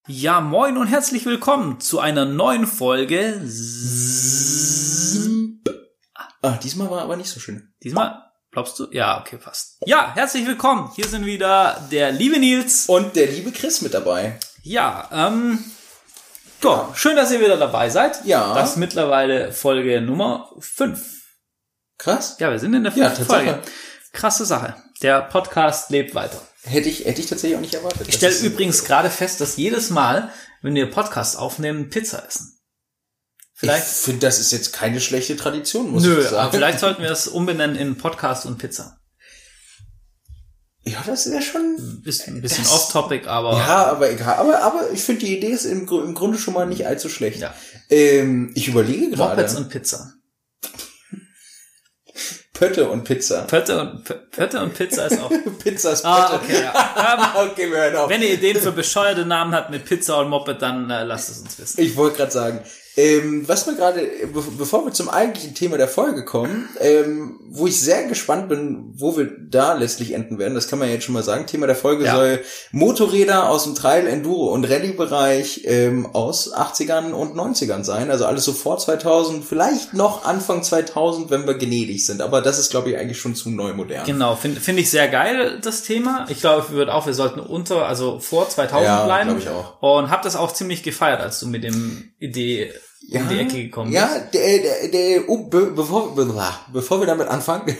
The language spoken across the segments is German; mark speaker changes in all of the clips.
Speaker 1: Ja, moin und herzlich willkommen zu einer neuen Folge.
Speaker 2: Diesmal war aber nicht so schön.
Speaker 1: Diesmal, glaubst du? Ja, okay, fast. Ja, herzlich willkommen. Hier sind wieder der liebe Nils.
Speaker 2: Und der liebe Chris mit dabei.
Speaker 1: Ja, schön, dass ihr wieder dabei seid.
Speaker 2: Ja.
Speaker 1: Das ist mittlerweile Folge Nummer 5.
Speaker 2: Krass.
Speaker 1: Ja, wir sind in der 5. Folge. Krasse Sache. Der Podcast lebt weiter.
Speaker 2: Hätte ich tatsächlich auch nicht erwartet.
Speaker 1: Ich stelle übrigens gerade fest, dass jedes Mal, wenn wir Podcast aufnehmen, Pizza essen.
Speaker 2: Vielleicht. Ich finde, das ist jetzt keine schlechte Tradition, muss ich sagen.
Speaker 1: Aber vielleicht sollten wir das umbenennen in Podcast und Pizza.
Speaker 2: Ja, das ist ja schon...
Speaker 1: Ist ein bisschen off-topic, aber...
Speaker 2: Ja, aber egal. Aber ich finde, die Idee ist im Grunde schon mal nicht allzu schlecht.
Speaker 1: Ja.
Speaker 2: Ich überlege gerade...
Speaker 1: Mopeds und Pizza.
Speaker 2: Pötte und Pizza.
Speaker 1: Pötte und Pizza ist auch...
Speaker 2: Pizza ist Pötte.
Speaker 1: Okay, ja.
Speaker 2: Okay, wir hören auf.
Speaker 1: Wenn ihr Ideen für bescheuerte Namen habt mit Pizza und Moped, dann lasst es uns wissen.
Speaker 2: Ich wollte gerade sagen... was wir gerade, bevor wir zum eigentlichen Thema der Folge kommen, wo ich sehr gespannt bin, wo wir da letztlich enden werden, das kann man jetzt schon mal sagen. Thema der Folge soll Motorräder aus dem Trail-, Enduro- und Rallye-Bereich aus 80ern und 90ern sein. Also alles so vor 2000, vielleicht noch Anfang 2000, wenn wir gnädig sind. Aber das ist, glaube ich, eigentlich schon zu neu modern.
Speaker 1: Genau, finde ich sehr geil, das Thema. Ich glaube, wir sollten vor 2000 bleiben.
Speaker 2: Ja, glaube ich auch.
Speaker 1: Und hab das auch ziemlich gefeiert, als du mit dem Idee um die Ecke gekommen bist.
Speaker 2: Bevor wir damit anfangen,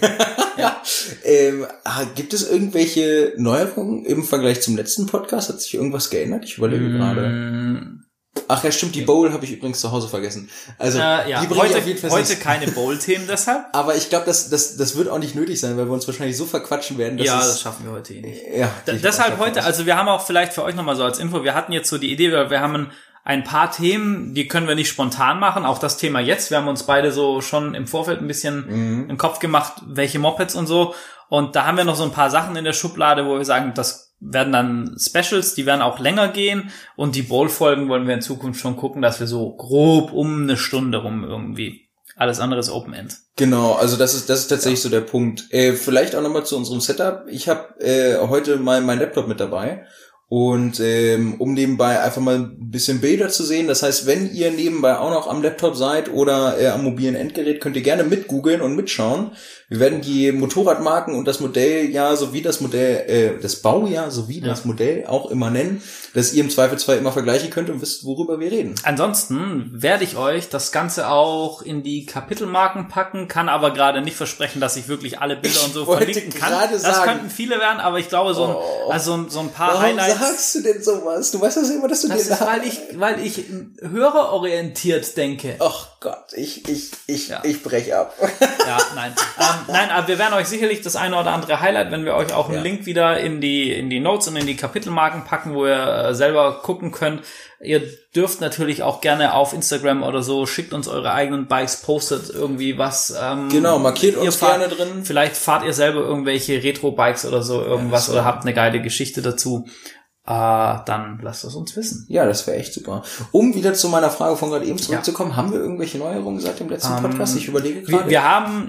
Speaker 2: gibt es irgendwelche Neuerungen im Vergleich zum letzten Podcast? Hat sich irgendwas geändert? Ich überlege gerade. Ach ja, stimmt, die Bowl habe ich übrigens zu Hause vergessen. Also die bringe ich auf jeden Fall
Speaker 1: heute keine Bowl-Themen deshalb.
Speaker 2: Aber ich glaube, das wird auch nicht nötig sein, weil wir uns wahrscheinlich so verquatschen werden. Dass
Speaker 1: das schaffen wir heute nicht.
Speaker 2: Ja,
Speaker 1: deshalb heute, also wir haben auch vielleicht für euch nochmal so als Info, wir hatten jetzt so die Idee, wir haben ein paar Themen, die können wir nicht spontan machen. Auch das Thema jetzt. Wir haben uns beide so schon im Vorfeld ein bisschen im Kopf gemacht, welche Mopeds und so. Und da haben wir noch so ein paar Sachen in der Schublade, wo wir sagen, das werden dann Specials, die werden auch länger gehen. Und die Bowl-Folgen wollen wir in Zukunft schon gucken, dass wir so grob um eine Stunde rum irgendwie. Alles andere ist Open End.
Speaker 2: Genau, also das ist tatsächlich so der Punkt. Vielleicht auch nochmal zu unserem Setup. Ich habe heute mein Laptop mit dabei. Und um nebenbei einfach mal ein bisschen Bilder zu sehen. Das heißt, wenn ihr nebenbei auch noch am Laptop seid oder am mobilen Endgerät, könnt ihr gerne mitgoogeln und mitschauen. Wir werden die Motorradmarken und das Modelljahr sowie das Modell, das Baujahr sowie das Modell auch immer nennen, dass ihr im Zweifelsfall immer vergleichen könnt und wisst, worüber wir reden.
Speaker 1: Ansonsten werde ich euch das Ganze auch in die Kapitelmarken packen, kann aber gerade nicht versprechen, dass ich wirklich alle Bilder und so verlinken kann. Das könnten viele werden, aber ich glaube, so ein paar Highlights.
Speaker 2: Warum sagst du denn sowas? Du weißt das immer, dass du
Speaker 1: das ist, weil ich hörerorientiert denke.
Speaker 2: Ach Gott, ich brech ab.
Speaker 1: Ja, nein. Nein, aber wir werden euch sicherlich das eine oder andere Highlight, wenn wir euch auch einen Link wieder in die Notes und in die Kapitelmarken packen, wo ihr selber gucken könnt. Ihr dürft natürlich auch gerne auf Instagram oder so, schickt uns eure eigenen Bikes, postet irgendwie was.
Speaker 2: Genau, markiert uns gerne drin.
Speaker 1: Vielleicht fahrt ihr selber irgendwelche Retro-Bikes oder so irgendwas oder habt eine geile Geschichte dazu. Dann lasst es uns wissen.
Speaker 2: Ja, das wäre echt super. Um wieder zu meiner Frage von gerade eben zurückzukommen, haben wir irgendwelche Neuerungen seit dem letzten Podcast? Ich überlege gerade.
Speaker 1: Wir haben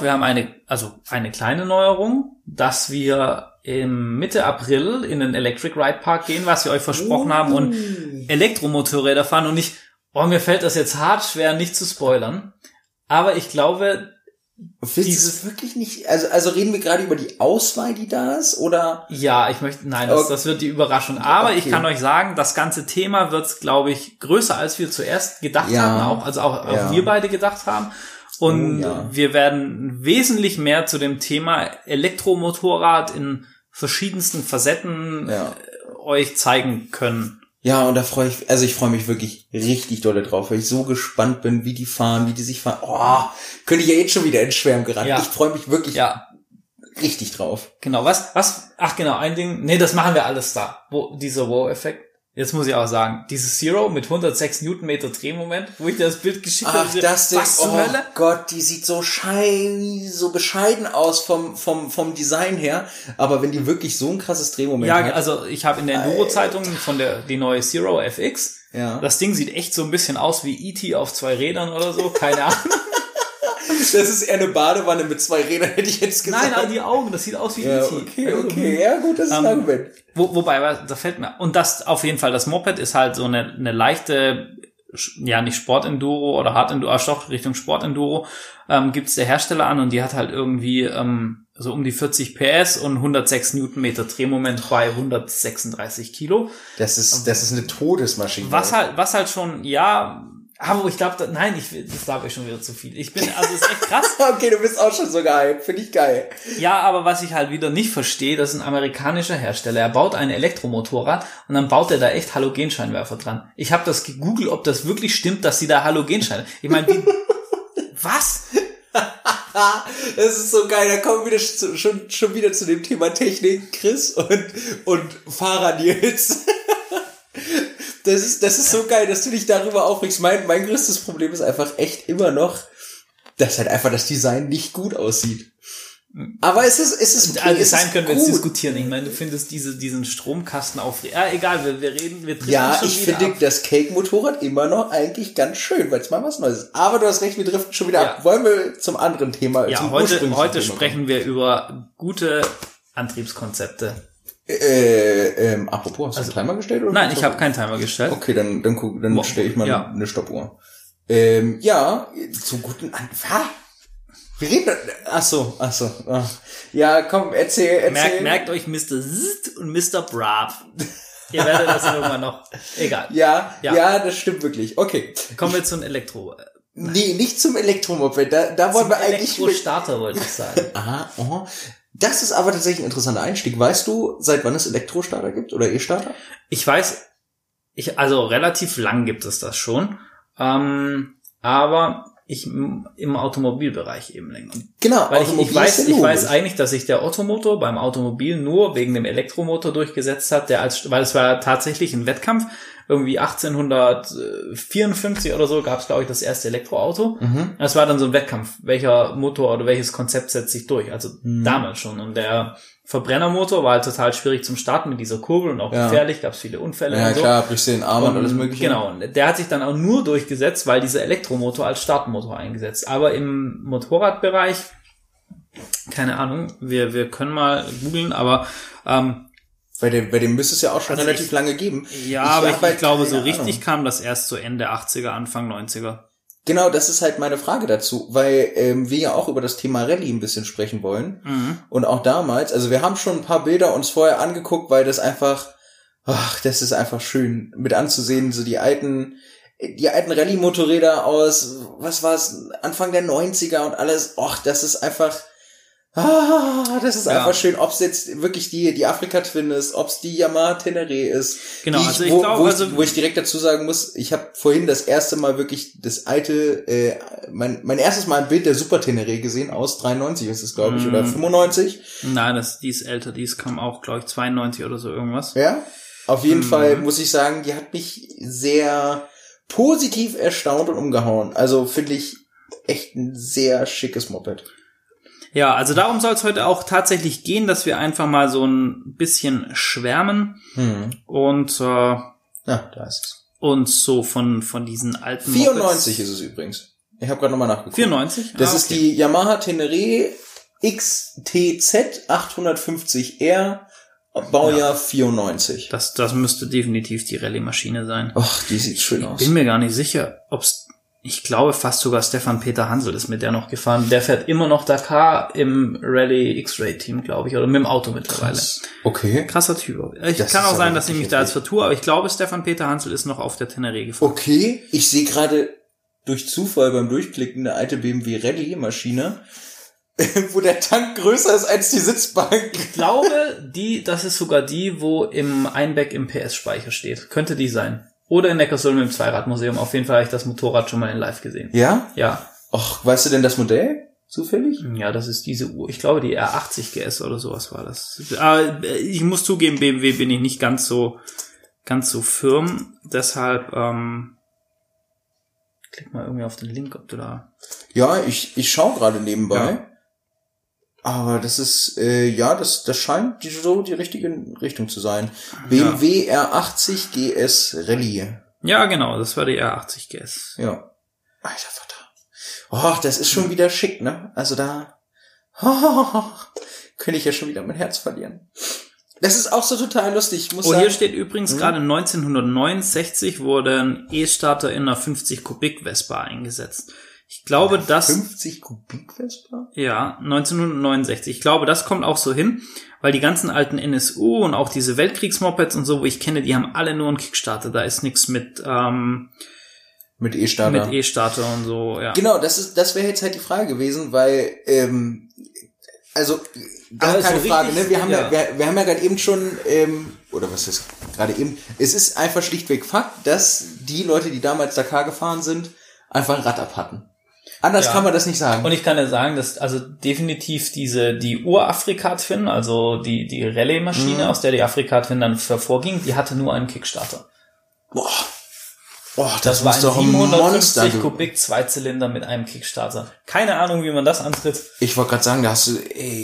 Speaker 1: eine kleine Neuerung, dass wir im Mitte April in den Electric Ride Park gehen, was wir euch versprochen haben und Elektromotorräder fahren und mir fällt das jetzt hart schwer, nicht zu spoilern. Aber ich glaube,
Speaker 2: dieses wirklich nicht, also reden wir gerade über die Auswahl, die da ist, oder?
Speaker 1: Ja, das wird die Überraschung. Aber ich kann euch sagen, das ganze Thema wird, glaube ich, größer, als wir zuerst gedacht haben, auch wir beide gedacht haben. Und wir werden wesentlich mehr zu dem Thema Elektromotorrad in verschiedensten Facetten euch zeigen können.
Speaker 2: Ja, und ich freue mich wirklich richtig dolle drauf, weil ich so gespannt bin, wie die fahren, wie die sich fahren. Oh, könnte ich ja jetzt schon wieder ins Schwärmen geraten. Ja. Ich freue mich wirklich richtig drauf.
Speaker 1: Genau, ein Ding, das machen wir alles da. Dieser Wow-Effekt. Jetzt muss ich auch sagen, dieses Zero mit 106 Newtonmeter Drehmoment, wo ich dir das Bild geschickt habe.
Speaker 2: Das Ding, Gott, die sieht so bescheiden aus vom Design her, aber wenn die wirklich so ein krasses Drehmoment hat.
Speaker 1: Ja, also ich habe in der Enduro-Zeitung die neue Zero FX. Ja. Das Ding sieht echt so ein bisschen aus wie E.T. auf 2 Rädern oder so, keine Ahnung.
Speaker 2: Das ist eher eine Badewanne mit 2 Rädern, hätte ich jetzt gesagt.
Speaker 1: Nein, aber die Augen, das sieht aus wie E.T.
Speaker 2: Okay, ja gut, das ist ein Argument.
Speaker 1: Wobei, da fällt mir, und das auf jeden Fall, das Moped ist halt so eine leichte, ja nicht Sportenduro oder Hardenduro, doch Richtung Sportenduro, gibt's der Hersteller an und die hat halt irgendwie so um die 40 PS und 106 Newtonmeter Drehmoment bei 136 Kilo.
Speaker 2: Das ist eine Todesmaschine.
Speaker 1: Was halt schon, ja, aber ich glaube, das glaube ich schon wieder zu viel. Das ist echt krass.
Speaker 2: Okay, du bist auch schon so geil. Finde ich geil.
Speaker 1: Ja, aber was ich halt wieder nicht verstehe, das ist ein amerikanischer Hersteller. Er baut ein Elektromotorrad und dann baut er da echt Halogenscheinwerfer dran. Ich habe das gegoogelt, ob das wirklich stimmt, dass sie da Halogenscheine... Ich meine, was?
Speaker 2: Das ist so geil. Da kommen wir wieder schon wieder zu dem Thema Technik, Chris und Fahrer Nils. Das ist so geil, dass du dich darüber aufregst. Mein größtes Problem ist einfach echt immer noch, dass halt einfach das Design nicht gut aussieht. Aber es ist
Speaker 1: okay, Design können wir jetzt diskutieren. Ich meine, du findest diesen Stromkasten auf. Ja, egal, wir driften
Speaker 2: ja, schon ich finde das Cake-Motorrad immer noch eigentlich ganz schön, weil es mal was Neues ist. Aber du hast recht, wir driften schon wieder ab. Wollen wir zum anderen Thema?
Speaker 1: Ja, heute sprechen wir über gute Antriebskonzepte.
Speaker 2: Apropos, hast du einen Timer gestellt? Oder
Speaker 1: nein, ich habe keinen Timer gestellt.
Speaker 2: Okay, dann stelle ich mal eine Stoppuhr. Zum guten Anfang. Wir reden... Ach so. Ja, komm, erzähl.
Speaker 1: Merkt euch Mr. Zzzt und Mr. Brav. Ihr werdet das irgendwann noch... Egal.
Speaker 2: Ja, das stimmt wirklich. Okay.
Speaker 1: Kommen wir zum Elektro...
Speaker 2: Nee, nicht zum Elektromoped. Da wollen wir eigentlich...
Speaker 1: Elektrostarter wollte ich sagen.
Speaker 2: Aha. Das ist aber tatsächlich ein interessanter Einstieg. Weißt du, seit wann es Elektrostarter gibt oder E-Starter?
Speaker 1: Ich weiß, also relativ lang gibt es das schon, aber im Automobilbereich eben länger.
Speaker 2: Genau,
Speaker 1: weil ich weiß eigentlich, dass sich der Ottomotor beim Automobil nur wegen dem Elektromotor durchgesetzt hat, weil es war tatsächlich ein Wettkampf. Irgendwie 1854 oder so gab es, glaube ich, das erste Elektroauto. Mhm. Das war dann so ein Wettkampf, welcher Motor oder welches Konzept setzt sich durch. Also damals schon. Und der Verbrennermotor war halt total schwierig zum Starten mit dieser Kurbel und auch gefährlich, gab es viele Unfälle.
Speaker 2: Ja, und so. Klar, brichst du den Arm und alles mögliche.
Speaker 1: Genau, und der hat sich dann auch nur durchgesetzt, weil dieser Elektromotor als Startmotor eingesetzt. Aber im Motorradbereich, keine Ahnung, wir können mal googeln, aber
Speaker 2: bei dem müsste es ja auch schon relativ lange geben.
Speaker 1: Ja, aber ich glaube, so richtig kam das erst so Ende 80er, Anfang 90er.
Speaker 2: Genau, das ist halt meine Frage dazu, weil wir ja auch über das Thema Rallye ein bisschen sprechen wollen. Mhm. Und auch damals, also wir haben schon ein paar Bilder uns vorher angeguckt, weil das einfach, das ist einfach schön mit anzusehen, so die alten Rallye-Motorräder aus, was war's, Anfang der 90er und alles. Das ist einfach... das ist einfach schön, ob es jetzt wirklich die Afrika Twin ist, ob es die Yamaha Tenere ist.
Speaker 1: Genau,
Speaker 2: wo ich direkt dazu sagen muss, ich habe vorhin das erste Mal wirklich das alte, mein erstes Mal ein Bild der Super Tenere gesehen, aus 93 ist es, glaube ich, oder 95.
Speaker 1: Nein, die ist älter, die kam auch, glaube ich, 92 oder so irgendwas.
Speaker 2: Ja, auf jeden Fall muss ich sagen, die hat mich sehr positiv erstaunt und umgehauen. Also finde ich echt ein sehr schickes Moped.
Speaker 1: Ja, also darum soll es heute auch tatsächlich gehen, dass wir einfach mal so ein bisschen schwärmen und
Speaker 2: da ist es.
Speaker 1: Uns so von diesen alten
Speaker 2: 94 Mopeds. Ist es übrigens. Ich habe gerade nochmal nachgeguckt.
Speaker 1: 94?
Speaker 2: Das ist die Yamaha Tenere XTZ 850R, Baujahr 94.
Speaker 1: Das müsste definitiv die Rallye-Maschine sein.
Speaker 2: Ach, die sieht schön aus.
Speaker 1: Ich bin mir gar nicht sicher, ich glaube fast sogar Stefan Peter Hansel ist mit der noch gefahren. Der fährt immer noch Dakar im Rallye X-Ray-Team, glaube ich, oder mit dem Auto mittlerweile.
Speaker 2: Krass. Okay.
Speaker 1: Krasser Typ. Kann auch sein, dass ich mich da jetzt vertue, aber ich glaube, Stefan Peter Hansel ist noch auf der Tenere gefahren.
Speaker 2: Okay, ich sehe gerade durch Zufall beim Durchklicken eine alte BMW Rallye-Maschine, wo der Tank größer ist als die Sitzbank.
Speaker 1: Ich glaube, das ist sogar die, wo im Einbeck im PS-Speicher steht. Könnte die sein. Oder in Neckarsulm im Zweiradmuseum. Auf jeden Fall habe ich das Motorrad schon mal in live gesehen.
Speaker 2: Ja?
Speaker 1: Ja.
Speaker 2: Och, weißt du denn das Modell? Zufällig?
Speaker 1: Ja, das ist diese Uhr. Ich glaube, die R80 GS oder sowas war das. Aber ich muss zugeben, BMW bin ich nicht ganz so firm. Deshalb, klick mal irgendwie auf den Link, ob du da...
Speaker 2: Ja, ich schaue gerade nebenbei. Ja. Aber das ist, das scheint so die richtige Richtung zu sein. BMW R80 GS Rallye.
Speaker 1: Ja, genau, das war die R80 GS.
Speaker 2: Ja. Alter Vater. Oh, das ist schon wieder schick, ne? Also da könnte ich ja schon wieder mein Herz verlieren. Das ist auch so total lustig. Ich muss sagen,
Speaker 1: hier steht übrigens gerade 1969 wurde ein E-Starter in einer 50 Kubik Vespa eingesetzt. Ich glaube,
Speaker 2: 50 Kubik Vespa?
Speaker 1: Ja, 1969. Ich glaube, das kommt auch so hin, weil die ganzen alten NSU und auch diese Weltkriegsmopeds und so, wo ich kenne, die haben alle nur einen Kickstarter. Da ist nichts mit
Speaker 2: E-Starter.
Speaker 1: Mit E-Starter und so, ja.
Speaker 2: Genau, das wäre jetzt halt die Frage gewesen, weil also gar
Speaker 1: Also
Speaker 2: keine
Speaker 1: so
Speaker 2: Frage,
Speaker 1: richtig,
Speaker 2: ne? Wir haben
Speaker 1: ja.
Speaker 2: wir haben ja gerade eben schon oder was ist gerade eben? Es ist einfach schlichtweg Fakt, dass die Leute, die damals Dakar gefahren sind, einfach ein Rad ab hatten. Anders kann man das nicht sagen.
Speaker 1: Und ich kann ja sagen, dass also definitiv die Ur-Afrika-Twin, also die Rallye-Maschine, aus der die Afrika-Twin dann hervorging, die hatte nur einen Kickstarter.
Speaker 2: Boah,
Speaker 1: Das war ein
Speaker 2: doch ein Monster.
Speaker 1: 750 Kubik Zweizylinder mit einem Kickstarter. Keine Ahnung, wie man das antritt.
Speaker 2: Ich wollte gerade sagen, da hast du,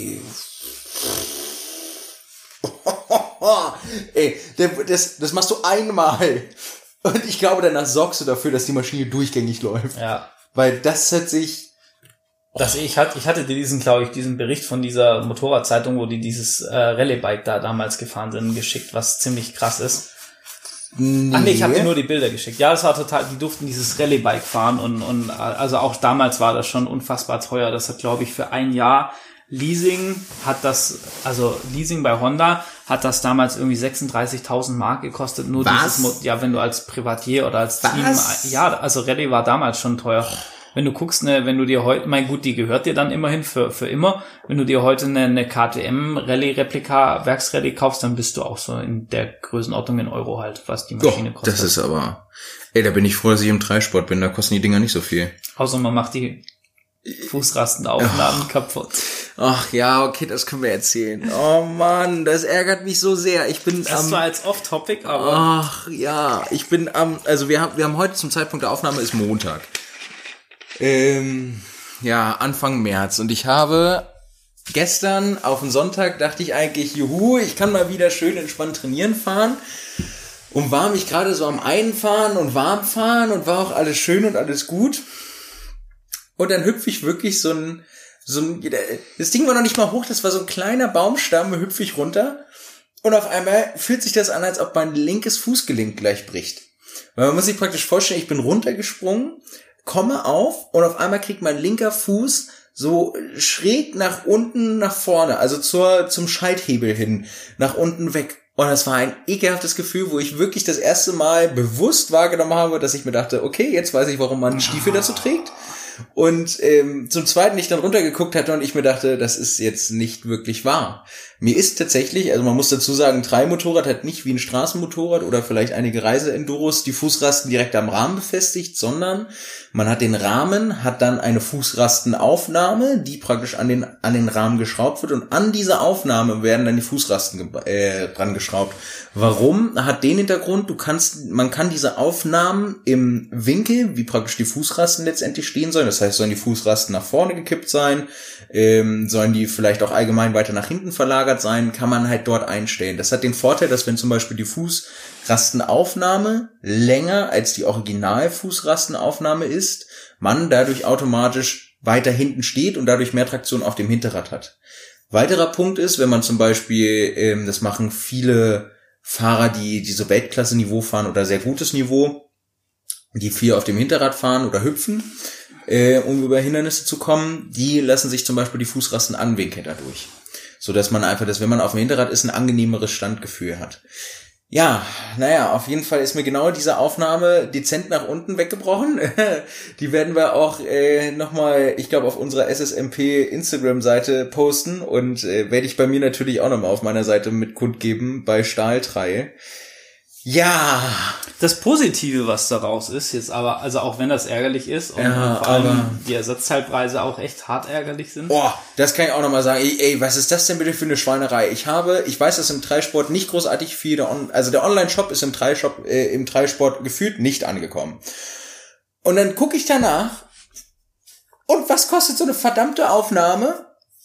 Speaker 2: das machst du einmal. Und ich glaube, danach sorgst du dafür, dass die Maschine durchgängig läuft.
Speaker 1: Ja.
Speaker 2: Weil das hat sich...
Speaker 1: Ich hatte dir diesen Bericht von dieser Motorradzeitung, wo die dieses Rallye-Bike da damals gefahren sind, geschickt, was ziemlich krass ist.
Speaker 2: Nee.
Speaker 1: Ach nee, ich habe dir nur die Bilder geschickt. Ja, das war total, die durften dieses Rallye-Bike fahren und also auch damals war das schon unfassbar teuer. Das hat, glaube ich, für ein Jahr Leasing bei Honda hat das damals irgendwie 36.000 Mark gekostet. Nur
Speaker 2: Was?
Speaker 1: wenn du als Privatier oder als Team,
Speaker 2: Was?
Speaker 1: ja, also Rallye war damals schon teuer. Wenn du guckst, wenn du dir heute, mein gut, die gehört dir dann immerhin für immer. Wenn du dir heute eine KTM Rallye-Replika, Werksrallye kaufst, dann bist du auch so in der Größenordnung in Euro halt, was die Maschine kostet.
Speaker 2: Das ist aber... da bin ich froh, dass ich im Dreisport bin. Da kosten die Dinger nicht so viel.
Speaker 1: Außer man macht die Fußrastenaufnahmen kaputt.
Speaker 2: Ach ja, okay, das können wir erzählen. Oh Mann, das ärgert mich so sehr. Ich bin
Speaker 1: Das war jetzt off-topic, aber...
Speaker 2: Ach ja, ich bin also wir haben heute zum Zeitpunkt der Aufnahme ist Montag. Anfang März. Und ich habe gestern auf den Sonntag dachte ich eigentlich, juhu, ich kann mal wieder schön entspannt trainieren fahren. Und war mich gerade so am Einfahren und Warmfahren und war auch alles schön und alles gut. Und dann hüpfe ich wirklich das Ding war noch nicht mal hoch, das war so ein kleiner Baumstamm, hüpfe ich runter. Und auf einmal fühlt sich das an, als ob mein linkes Fußgelenk gleich bricht. Weil man muss sich praktisch vorstellen, ich bin runtergesprungen, komme auf und auf einmal kriegt mein linker Fuß so schräg nach unten, nach vorne, also zum Schalthebel hin, nach unten weg. Und das war ein ekelhaftes Gefühl, wo ich wirklich das erste Mal bewusst wahrgenommen habe, dass ich mir dachte, okay, jetzt weiß ich, warum man Stiefel dazu trägt. Und zum Zweiten ich dann runtergeguckt hatte und ich mir dachte, das ist jetzt nicht wirklich wahr. Mir ist tatsächlich, also man muss dazu sagen, ein Tri-Motorrad hat nicht wie ein Straßenmotorrad oder vielleicht einige Reise-Enduros die Fußrasten direkt am Rahmen befestigt, sondern man hat den Rahmen, hat dann eine Fußrastenaufnahme, die praktisch an den Rahmen geschraubt wird und an diese Aufnahme werden dann die Fußrasten dran geschraubt. Warum? Hat den Hintergrund, man kann diese Aufnahmen im Winkel, wie praktisch die Fußrasten letztendlich stehen sollen, das heißt, sollen die Fußrasten nach vorne gekippt sein, sollen die vielleicht auch allgemein weiter nach hinten verlagert sein, kann man halt dort einstellen. Das hat den Vorteil, dass wenn zum Beispiel die Fußrastenaufnahme länger als die Original-Fußrastenaufnahme ist, man dadurch automatisch weiter hinten steht und dadurch mehr Traktion auf dem Hinterrad hat. Weiterer Punkt ist, wenn man zum Beispiel, das machen viele Fahrer, die so Weltklasse-Niveau fahren oder sehr gutes Niveau, die viel auf dem Hinterrad fahren oder hüpfen, um über Hindernisse zu kommen, die lassen sich zum Beispiel die Fußrasten anwinkeln dadurch. So dass man einfach, wenn man auf dem Hinterrad ist, ein angenehmeres Standgefühl hat. Ja, auf jeden Fall ist mir genau diese Aufnahme dezent nach unten weggebrochen. Die werden wir auch nochmal, ich glaube, auf unserer SSMP Instagram-Seite posten und werde ich bei mir natürlich auch nochmal auf meiner Seite mit kundgeben bei Stahltreil. Ja.
Speaker 1: Das Positive, was daraus ist, jetzt aber, also auch wenn das ärgerlich ist und vor allem die Ersatzteilpreise auch echt hart ärgerlich sind.
Speaker 2: Boah, das kann ich auch nochmal sagen. Ey, was ist das denn bitte für eine Schweinerei? Ich weiß, dass im Dreisport nicht großartig viel, der Online-Shop ist im Dreisport gefühlt nicht angekommen. Und dann gucke ich danach und was kostet so eine verdammte Aufnahme?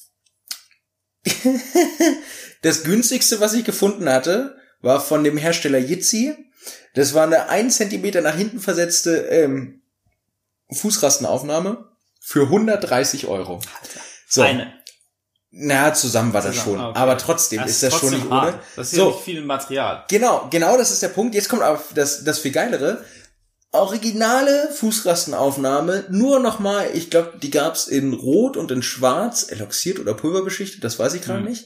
Speaker 2: Das günstigste, was ich gefunden hatte, war von dem Hersteller Jitsi. Das war eine 1 Zentimeter nach hinten versetzte Fußrastenaufnahme für 130 €. So.
Speaker 1: Eine.
Speaker 2: Na, zusammen war das schon. Okay. Aber trotzdem ist das schon nicht ohne.
Speaker 1: Das ist ja nicht viel Material.
Speaker 2: Genau, das ist der Punkt. Jetzt kommt aber das viel Geilere. Originale Fußrastenaufnahme, nur nochmal, ich glaube, die gab's in Rot und in Schwarz, eloxiert oder pulverbeschichtet, das weiß ich gerade nicht,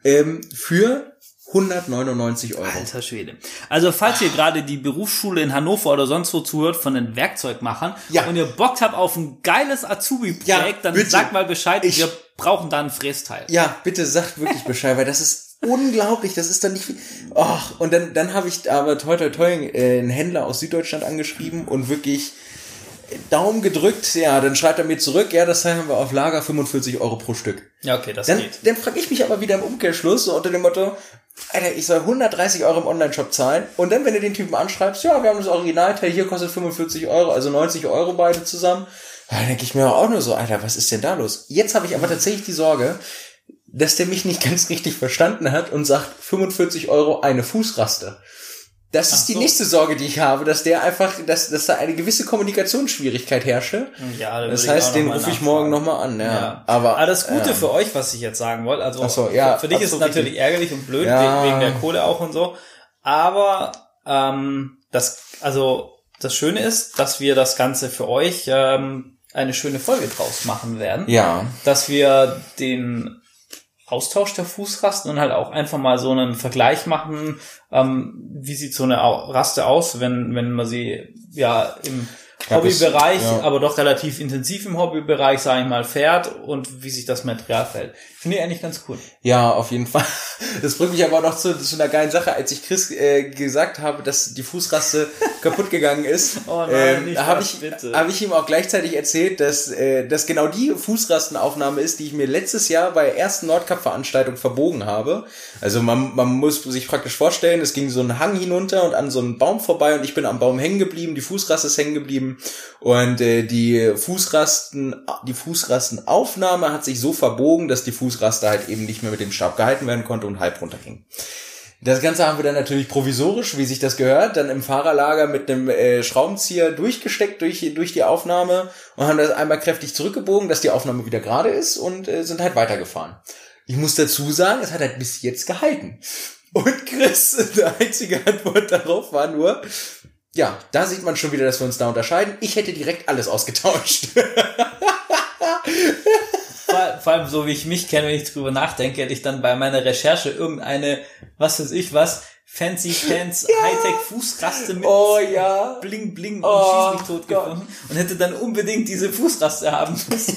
Speaker 2: für 199 €.
Speaker 1: Alter Schwede. Also falls ihr gerade die Berufsschule in Hannover oder sonst wo zuhört von den Werkzeugmachern und ihr Bock habt auf ein geiles Azubi-Projekt, dann bitte. Sagt mal Bescheid, wir brauchen da ein Frästeil.
Speaker 2: Ja, bitte sagt wirklich Bescheid, weil das ist unglaublich, das ist dann nicht viel. Och, und dann habe ich aber toi einen Händler aus Süddeutschland angeschrieben und wirklich Daumen gedrückt, ja, dann schreibt er mir zurück, ja, das haben wir auf Lager, 45 € pro Stück.
Speaker 1: Ja, okay, das geht.
Speaker 2: Dann frage ich mich aber wieder im Umkehrschluss, so unter dem Motto, Alter, ich soll 130 € im Onlineshop zahlen und dann, wenn du den Typen anschreibst, ja, wir haben das Originalteil, hier kostet 45 €, also 90 € beide zusammen, dann denke ich mir auch nur so, Alter, was ist denn da los? Jetzt habe ich aber tatsächlich die Sorge, dass der mich nicht ganz richtig verstanden hat und sagt, 45 € eine Fußraste. Das ist die nächste Sorge, die ich habe, dass der einfach, dass da eine gewisse Kommunikationsschwierigkeit herrschte.
Speaker 1: Ja,
Speaker 2: das heißt, den rufe ich morgen nochmal an. Ja. Aber
Speaker 1: das Gute für euch, was ich jetzt sagen wollte, also für dich ist es natürlich ärgerlich und blöd, wegen der Kohle auch und so. Aber das Schöne ist, dass wir das Ganze für euch eine schöne Folge draus machen werden.
Speaker 2: Ja.
Speaker 1: Dass wir den Austausch der Fußrasten und halt auch einfach mal so einen Vergleich machen, wie sieht so eine Raste aus, wenn man sie ja im Hobbybereich, aber doch relativ intensiv im Hobbybereich, sage ich mal, fährt und wie sich das Material fällt. Finde ich eigentlich ganz cool.
Speaker 2: Ja, auf jeden Fall. Das bringt mich aber noch zu einer geilen Sache. Als ich Chris gesagt habe, dass die Fußraste kaputt gegangen ist, habe ich ihm auch gleichzeitig erzählt, dass das genau die Fußrastenaufnahme ist, die ich mir letztes Jahr bei der ersten Nordcup-Veranstaltung verbogen habe. Also man muss sich praktisch vorstellen, es ging so einen Hang hinunter und an so einen Baum vorbei und ich bin am Baum hängen geblieben, die Fußraste ist hängen geblieben und die Fußrastenaufnahme hat sich so verbogen, dass die Fußraste halt eben nicht mehr mit dem Stab gehalten werden konnte und halb runterging. Das Ganze haben wir dann natürlich provisorisch, wie sich das gehört, dann im Fahrerlager mit einem Schraubenzieher durchgesteckt durch die Aufnahme und haben das einmal kräftig zurückgebogen, dass die Aufnahme wieder gerade ist und sind halt weitergefahren. Ich muss dazu sagen, es hat halt bis jetzt gehalten. Und Chris, die einzige Antwort darauf war nur, ja, da sieht man schon wieder, dass wir uns da unterscheiden. Ich hätte direkt alles ausgetauscht.
Speaker 1: Vor allem so wie ich mich kenne, wenn ich drüber nachdenke, hätte ich dann bei meiner Recherche irgendeine, was weiß ich was, Fancy Pants, Hightech Fußraste mit Bling Bling und schieß mich tot gefunden und hätte dann unbedingt diese Fußraste haben müssen.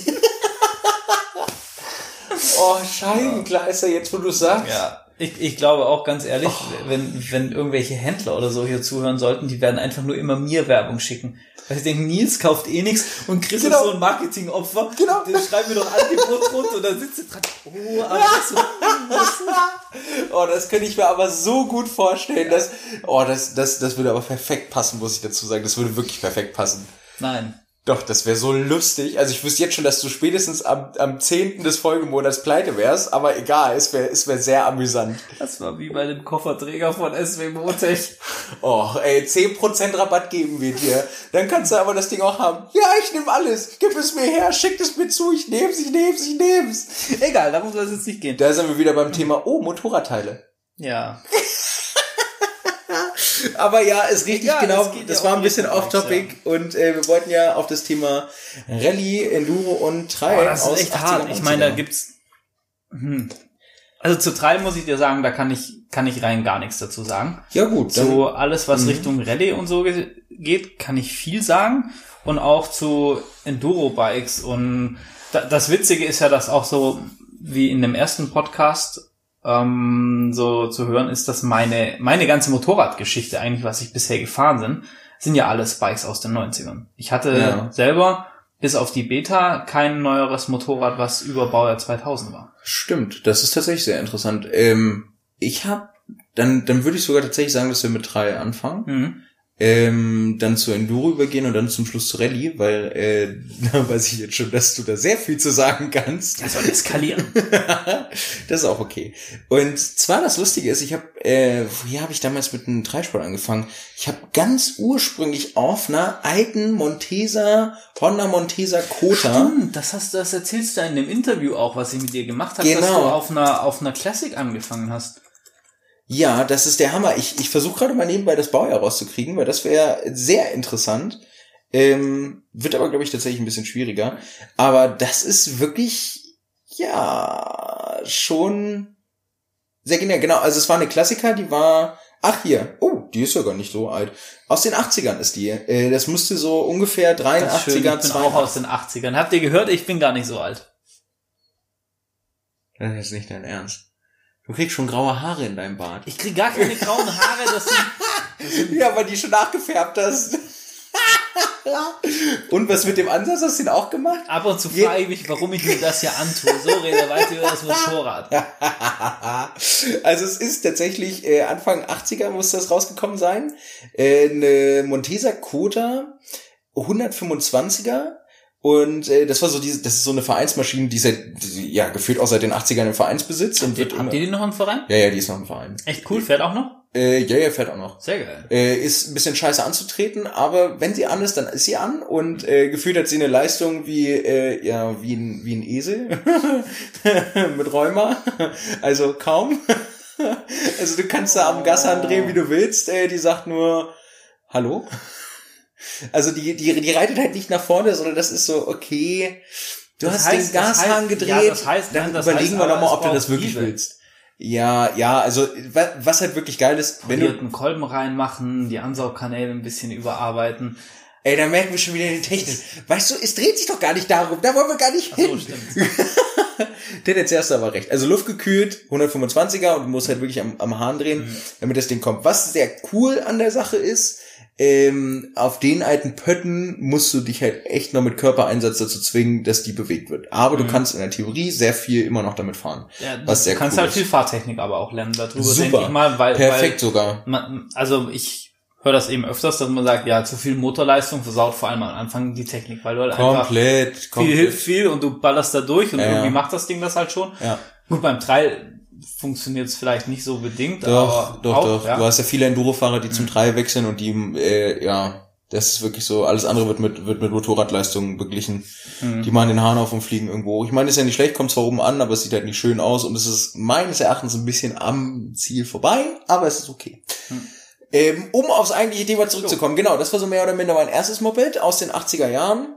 Speaker 2: Scheibengleiser, jetzt wo du sagst.
Speaker 1: Ja. Ich glaube auch ganz ehrlich, wenn irgendwelche Händler oder so hier zuhören sollten, die werden einfach nur immer mir Werbung schicken. Weil sie denken, Nils kauft eh nichts und Chris ist so ein Marketingopfer. Genau. Den schreiben wir doch Angebot runter und dann sitzt er dran.
Speaker 2: Das könnte ich mir aber so gut vorstellen, dass das würde aber perfekt passen, muss ich dazu sagen. Das würde wirklich perfekt passen.
Speaker 1: Nein.
Speaker 2: Doch, das wäre so lustig. Also ich wüsste jetzt schon, dass du spätestens am 10. des Folgemonats pleite wärst, aber egal, es wär sehr amüsant.
Speaker 1: Das war wie bei dem Kofferträger von SW Motech.
Speaker 2: 10% Rabatt geben wir dir. Dann kannst du aber das Ding auch haben. Ja, ich nehme alles. Gib es mir her, schick es mir zu, ich nehm's.
Speaker 1: Egal, darum soll es jetzt nicht gehen.
Speaker 2: Da sind wir wieder beim Thema, Motorradteile.
Speaker 1: Ja.
Speaker 2: Aber ja, ist richtig, genau, das war ein bisschen off-topic und wir wollten ja auf das Thema Rallye, Enduro und Trail
Speaker 1: das ist echt hart. Ich meine, da gibt's also zu Trail muss ich dir sagen, da kann ich rein gar nichts dazu sagen.
Speaker 2: Ja gut.
Speaker 1: So alles, was Richtung Rallye und so geht, kann ich viel sagen und auch zu Enduro-Bikes und das Witzige ist ja, dass auch so wie in dem ersten Podcast so zu hören ist, dass meine ganze Motorradgeschichte eigentlich, was ich bisher gefahren sind ja alles Bikes aus den 90ern. Ich hatte selber bis auf die Beta kein neueres Motorrad, was über Baujahr 2000 war.
Speaker 2: Stimmt, das ist tatsächlich sehr interessant. Ich habe, dann würde ich sogar tatsächlich sagen, dass wir mit 3 anfangen. dann zu Enduro übergehen und dann zum Schluss zu Rallye, weil da weiß ich jetzt schon, dass du da sehr viel zu sagen kannst.
Speaker 1: Das soll eskalieren.
Speaker 2: Das ist auch okay. Und zwar das Lustige ist, woher habe ich damals mit einem Dreisport angefangen? Ich habe ganz ursprünglich auf einer alten Honda Montesa Kota.
Speaker 1: Stimmt, das erzählst du in dem Interview auch, was ich mit dir gemacht habe,
Speaker 2: genau.
Speaker 1: Dass du auf einer Classic angefangen hast.
Speaker 2: Ja, das ist der Hammer. Ich versuche gerade mal nebenbei das Baujahr rauszukriegen, weil das wäre sehr interessant. Wird aber, glaube ich, tatsächlich ein bisschen schwieriger. Aber das ist wirklich, ja, schon sehr genial. Genau, also es war eine Klassiker, die war, die ist ja gar nicht so alt. Aus den 80ern ist die. Das müsste so ungefähr 83er,
Speaker 1: ich bin auch aus den 80ern. Habt ihr gehört? Ich bin gar nicht so alt.
Speaker 2: Das ist nicht dein Ernst. Du kriegst schon graue Haare in deinem Bart.
Speaker 1: Ich krieg gar keine grauen Haare, das sind
Speaker 2: ja, weil die schon nachgefärbt hast. Und was mit dem Ansatz, hast du den auch gemacht?
Speaker 1: Ab und zu frage ich mich, warum ich mir das hier antue. So, rede weiter über das Motorrad.
Speaker 2: Also es ist tatsächlich Anfang 80er muss das rausgekommen sein. Eine Montesa Kota 125er. Und das war so das ist so eine Vereinsmaschine, die gefühlt auch seit den 80ern im Vereinsbesitz. Und
Speaker 1: Habt ihr die noch im Verein?
Speaker 2: Ja, die ist noch im Verein.
Speaker 1: Echt cool, fährt auch noch?
Speaker 2: Ja, fährt auch noch.
Speaker 1: Sehr geil.
Speaker 2: Ist ein bisschen scheiße anzutreten, aber wenn sie an ist, dann ist sie an und gefühlt hat sie eine Leistung wie ein Esel mit Rheuma. Also kaum. Also du kannst da am Gashahn drehen, wie du willst. Die sagt nur Hallo. Also die reitet halt nicht nach vorne, sondern das ist so, okay, du hast den Gashahn gedreht, dann überlegen wir nochmal, ob du das wirklich willst. Ja, also was halt wirklich geil ist, wenn du
Speaker 1: einen Kolben reinmachen, die Ansaugkanäle ein bisschen überarbeiten.
Speaker 2: Ey, da merken wir schon wieder den Technik. Weißt du, es dreht sich doch gar nicht darum, da wollen wir gar nicht hin.
Speaker 1: Ach so, stimmt.
Speaker 2: Den erzählst du aber recht. Also luftgekühlt, 125er und du musst halt wirklich am Hahn drehen, damit das Ding kommt. Was sehr cool an der Sache ist, auf den alten Pötten musst du dich halt echt noch mit Körpereinsatz dazu zwingen, dass die bewegt wird. Aber du kannst in der Theorie sehr viel immer noch damit fahren.
Speaker 1: Ja, was sehr cool ist. Du kannst halt viel Fahrtechnik aber auch lernen darüber.
Speaker 2: Super,
Speaker 1: denke ich mal,
Speaker 2: perfekt sogar.
Speaker 1: Also ich höre das eben öfters, dass man sagt, ja, zu viel Motorleistung versaut vor allem am Anfang die Technik, weil du halt
Speaker 2: komplett
Speaker 1: viel hilft viel und du ballerst da durch und irgendwie macht das Ding das halt schon.
Speaker 2: Ja.
Speaker 1: Gut, beim Trail funktioniert es vielleicht nicht so bedingt,
Speaker 2: doch.
Speaker 1: Ja.
Speaker 2: Du hast ja viele Enduro-Fahrer, die zum Trail wechseln und die, das ist wirklich so, alles andere wird mit Motorradleistung beglichen. Die machen den Hahn auf und fliegen irgendwo hoch. Ich meine, ist ja nicht schlecht, kommt zwar oben an, aber es sieht halt nicht schön aus und es ist meines Erachtens ein bisschen am Ziel vorbei, aber es ist okay. Um aufs eigentliche Thema zurückzukommen, genau, das war so mehr oder minder mein erstes Moped aus den 80er Jahren.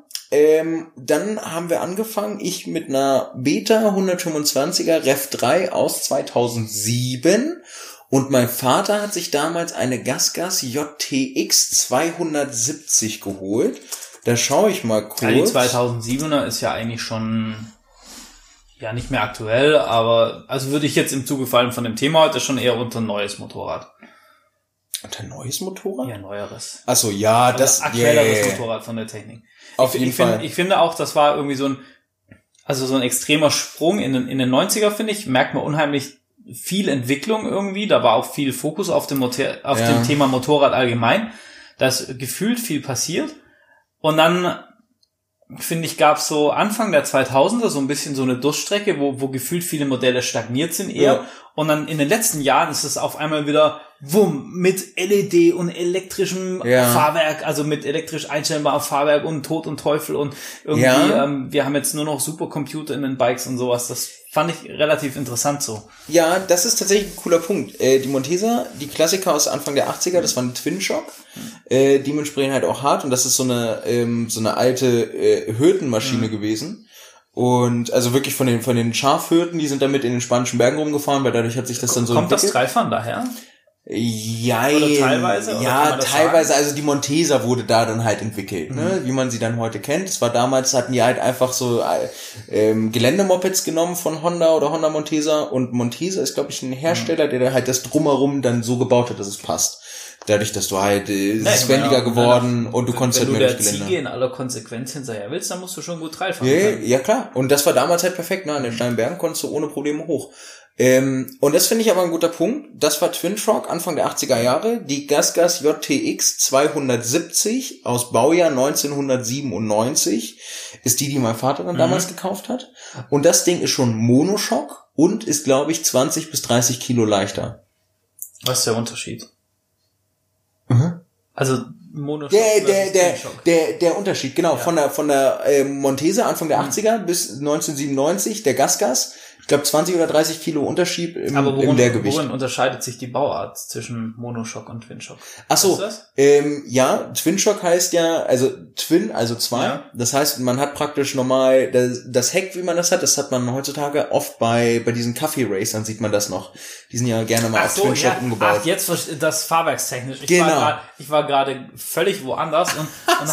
Speaker 2: Dann haben wir angefangen, ich mit einer Beta 125er Rev 3 aus 2007 und mein Vater hat sich damals eine GasGas JTX 270 geholt. Da schaue ich mal kurz.
Speaker 1: Ja, die 2007er ist ja eigentlich schon nicht mehr aktuell, aber also würde ich jetzt im Zuge fallen von dem Thema heute schon eher unter neues Motorrad.
Speaker 2: Unter neues Motorrad?
Speaker 1: Ja, neueres.
Speaker 2: Ach so, ja,
Speaker 1: also
Speaker 2: das
Speaker 1: aktuelleres Motorrad von der Technik.
Speaker 2: Auf jeden Fall.
Speaker 1: Ich finde auch, das war irgendwie so ein extremer Sprung in den 90er, finde ich, merkt man unheimlich viel Entwicklung irgendwie, da war auch viel Fokus auf dem Thema Motorrad allgemein, da ist gefühlt viel passiert und dann finde ich, gab es so Anfang der 2000er so ein bisschen so eine Durchstrecke, wo gefühlt viele Modelle stagniert sind eher und dann in den letzten Jahren ist es auf einmal wieder mit LED und elektrischem Fahrwerk, also mit elektrisch einstellbarem Fahrwerk und Tod und Teufel und irgendwie, wir haben jetzt nur noch Supercomputer in den Bikes und sowas, das fand ich relativ interessant so.
Speaker 2: Ja, das ist tatsächlich ein cooler Punkt. Die Montesa, die Klassiker aus Anfang der 80er, das war ein Twin-Shock, dementsprechend halt auch hart und das ist so eine alte Hürdenmaschine gewesen. Und also wirklich von den Schafhürden, die sind damit in den spanischen Bergen rumgefahren, weil dadurch hat sich das dann so
Speaker 1: entwickelt. Kommt das Dreifahren daher?
Speaker 2: Ja,
Speaker 1: oder teilweise?
Speaker 2: Ja, teilweise, sagen? Also die Montesa wurde da dann halt entwickelt, ne? Wie man sie dann heute kennt. Es war damals, hatten die halt einfach so Geländemopeds genommen von Honda oder Honda Montesa und Montesa ist, glaube ich, ein Hersteller, der halt das Drumherum dann so gebaut hat, dass es passt. Dadurch, dass du halt, es ist wendiger geworden und du konntest halt mehr durch Gelände.
Speaker 1: Wenn du der Ziege in aller Konsequenz hinterher willst, dann musst du schon gut Trail fahren können.
Speaker 2: Ja, klar. Und das war damals halt perfekt, ne? An den steilen Bergen konntest du ohne Probleme hoch. Und das finde ich aber ein guter Punkt. Das war Twin-Shock Anfang der 80er Jahre. Die GasGas JTX 270 aus Baujahr 1997 ist die mein Vater dann damals gekauft hat. Und das Ding ist schon Monoshock und ist, glaube ich, 20 bis 30 Kilo leichter.
Speaker 1: Was ist der Unterschied? Also Monoshock
Speaker 2: der Unterschied, genau, ja. Von der Montese Anfang der 80er bis 1997, der GasGas, ich glaube 20 oder 30 Kilo Unterschied im Leergewicht.
Speaker 1: Worin unterscheidet sich die Bauart zwischen Monoshock und Twinshock?
Speaker 2: Ach so, ja, Twinshock heißt ja, also Twin, also zwei. Ja. Das heißt, man hat praktisch normal das Heck, wie man das hat man heutzutage oft bei diesen Kaffee-Racern sieht man das noch. Die sind ja gerne mal auf Twinshock umgebaut.
Speaker 1: Ach, jetzt das fahrwerkstechnisch. Ich war gerade völlig woanders und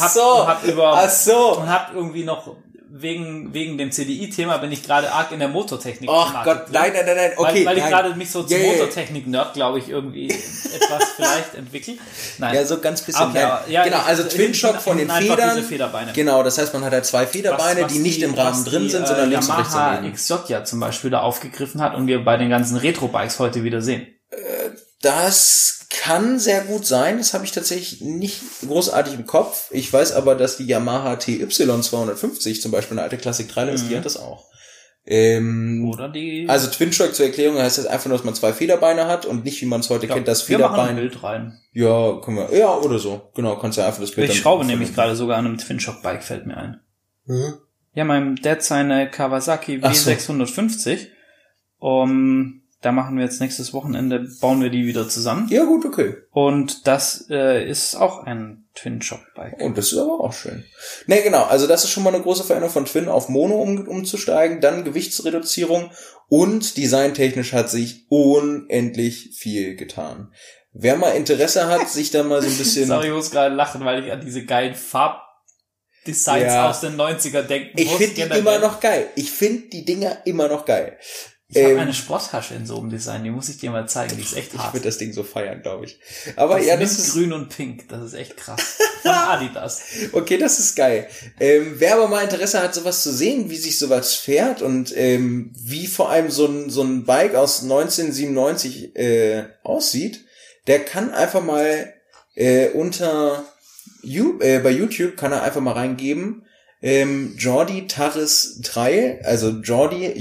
Speaker 1: hab irgendwie noch wegen dem CDI-Thema bin ich gerade arg in der Motortechnik.
Speaker 2: Ach Gott, nein, okay.
Speaker 1: Weil ich gerade mich so zum Motortechnik-Nerd, glaube ich, irgendwie etwas vielleicht entwickle. Nein.
Speaker 2: Ja, so ganz bisschen.
Speaker 1: Okay, ja,
Speaker 2: genau, also Twinshock von den Federn.
Speaker 1: Diese Federbeine.
Speaker 2: Genau, das heißt, man hat halt zwei Federbeine, die nicht im Rahmen drin sind, sondern links und rechts daneben.
Speaker 1: Yamaha XJ ja zum Beispiel da aufgegriffen hat und wir bei den ganzen Retro-Bikes heute wieder sehen.
Speaker 2: Das kann sehr gut sein. Das habe ich tatsächlich nicht großartig im Kopf. Ich weiß aber, dass die Yamaha TY 250 zum Beispiel eine alte Classic 3 ist, die hat das auch.
Speaker 1: Oder die...
Speaker 2: Also Twinshock zur Erklärung heißt das einfach nur, dass man zwei Federbeine hat und nicht, wie man es heute kennt, das Federbein...
Speaker 1: Wir machen ein Bild rein.
Speaker 2: Ja, können wir. Ja, oder so. Genau, kannst du einfach das Bild...
Speaker 1: Ich schraube nämlich gerade sogar an einem Twinshock-Bike, fällt mir ein. Ja, meinem Dad seine Kawasaki W650. Da machen wir jetzt nächstes Wochenende, bauen wir die wieder zusammen.
Speaker 2: Ja, gut, okay.
Speaker 1: Und das ist auch ein Twin-Shock-Bike.
Speaker 2: Und das ist aber auch schön. Ne, genau, also das ist schon mal eine große Veränderung von Twin auf Mono umzusteigen, dann Gewichtsreduzierung und designtechnisch hat sich unendlich viel getan. Wer mal Interesse hat, sich da mal so ein bisschen...
Speaker 1: Sorry, ich muss gerade lachen, weil ich an diese geilen Farbdesigns aus den 90er denken muss.
Speaker 2: Ich finde die immer noch geil. Ich finde die Dinger immer noch geil.
Speaker 1: Ich habe eine Sporttasche in so einem Design, die muss ich dir mal zeigen, die ist echt hart.
Speaker 2: Ich würde das Ding so feiern, glaube ich. Aber
Speaker 1: das ist grün und pink, das ist echt krass. Von Adidas.
Speaker 2: Okay, das ist geil. Wer aber mal Interesse hat, sowas zu sehen, wie sich sowas fährt und wie vor allem so ein Bike aus 1997 aussieht, der kann einfach mal bei YouTube kann er einfach mal reingeben, Jordi Tarris 3, also Jordi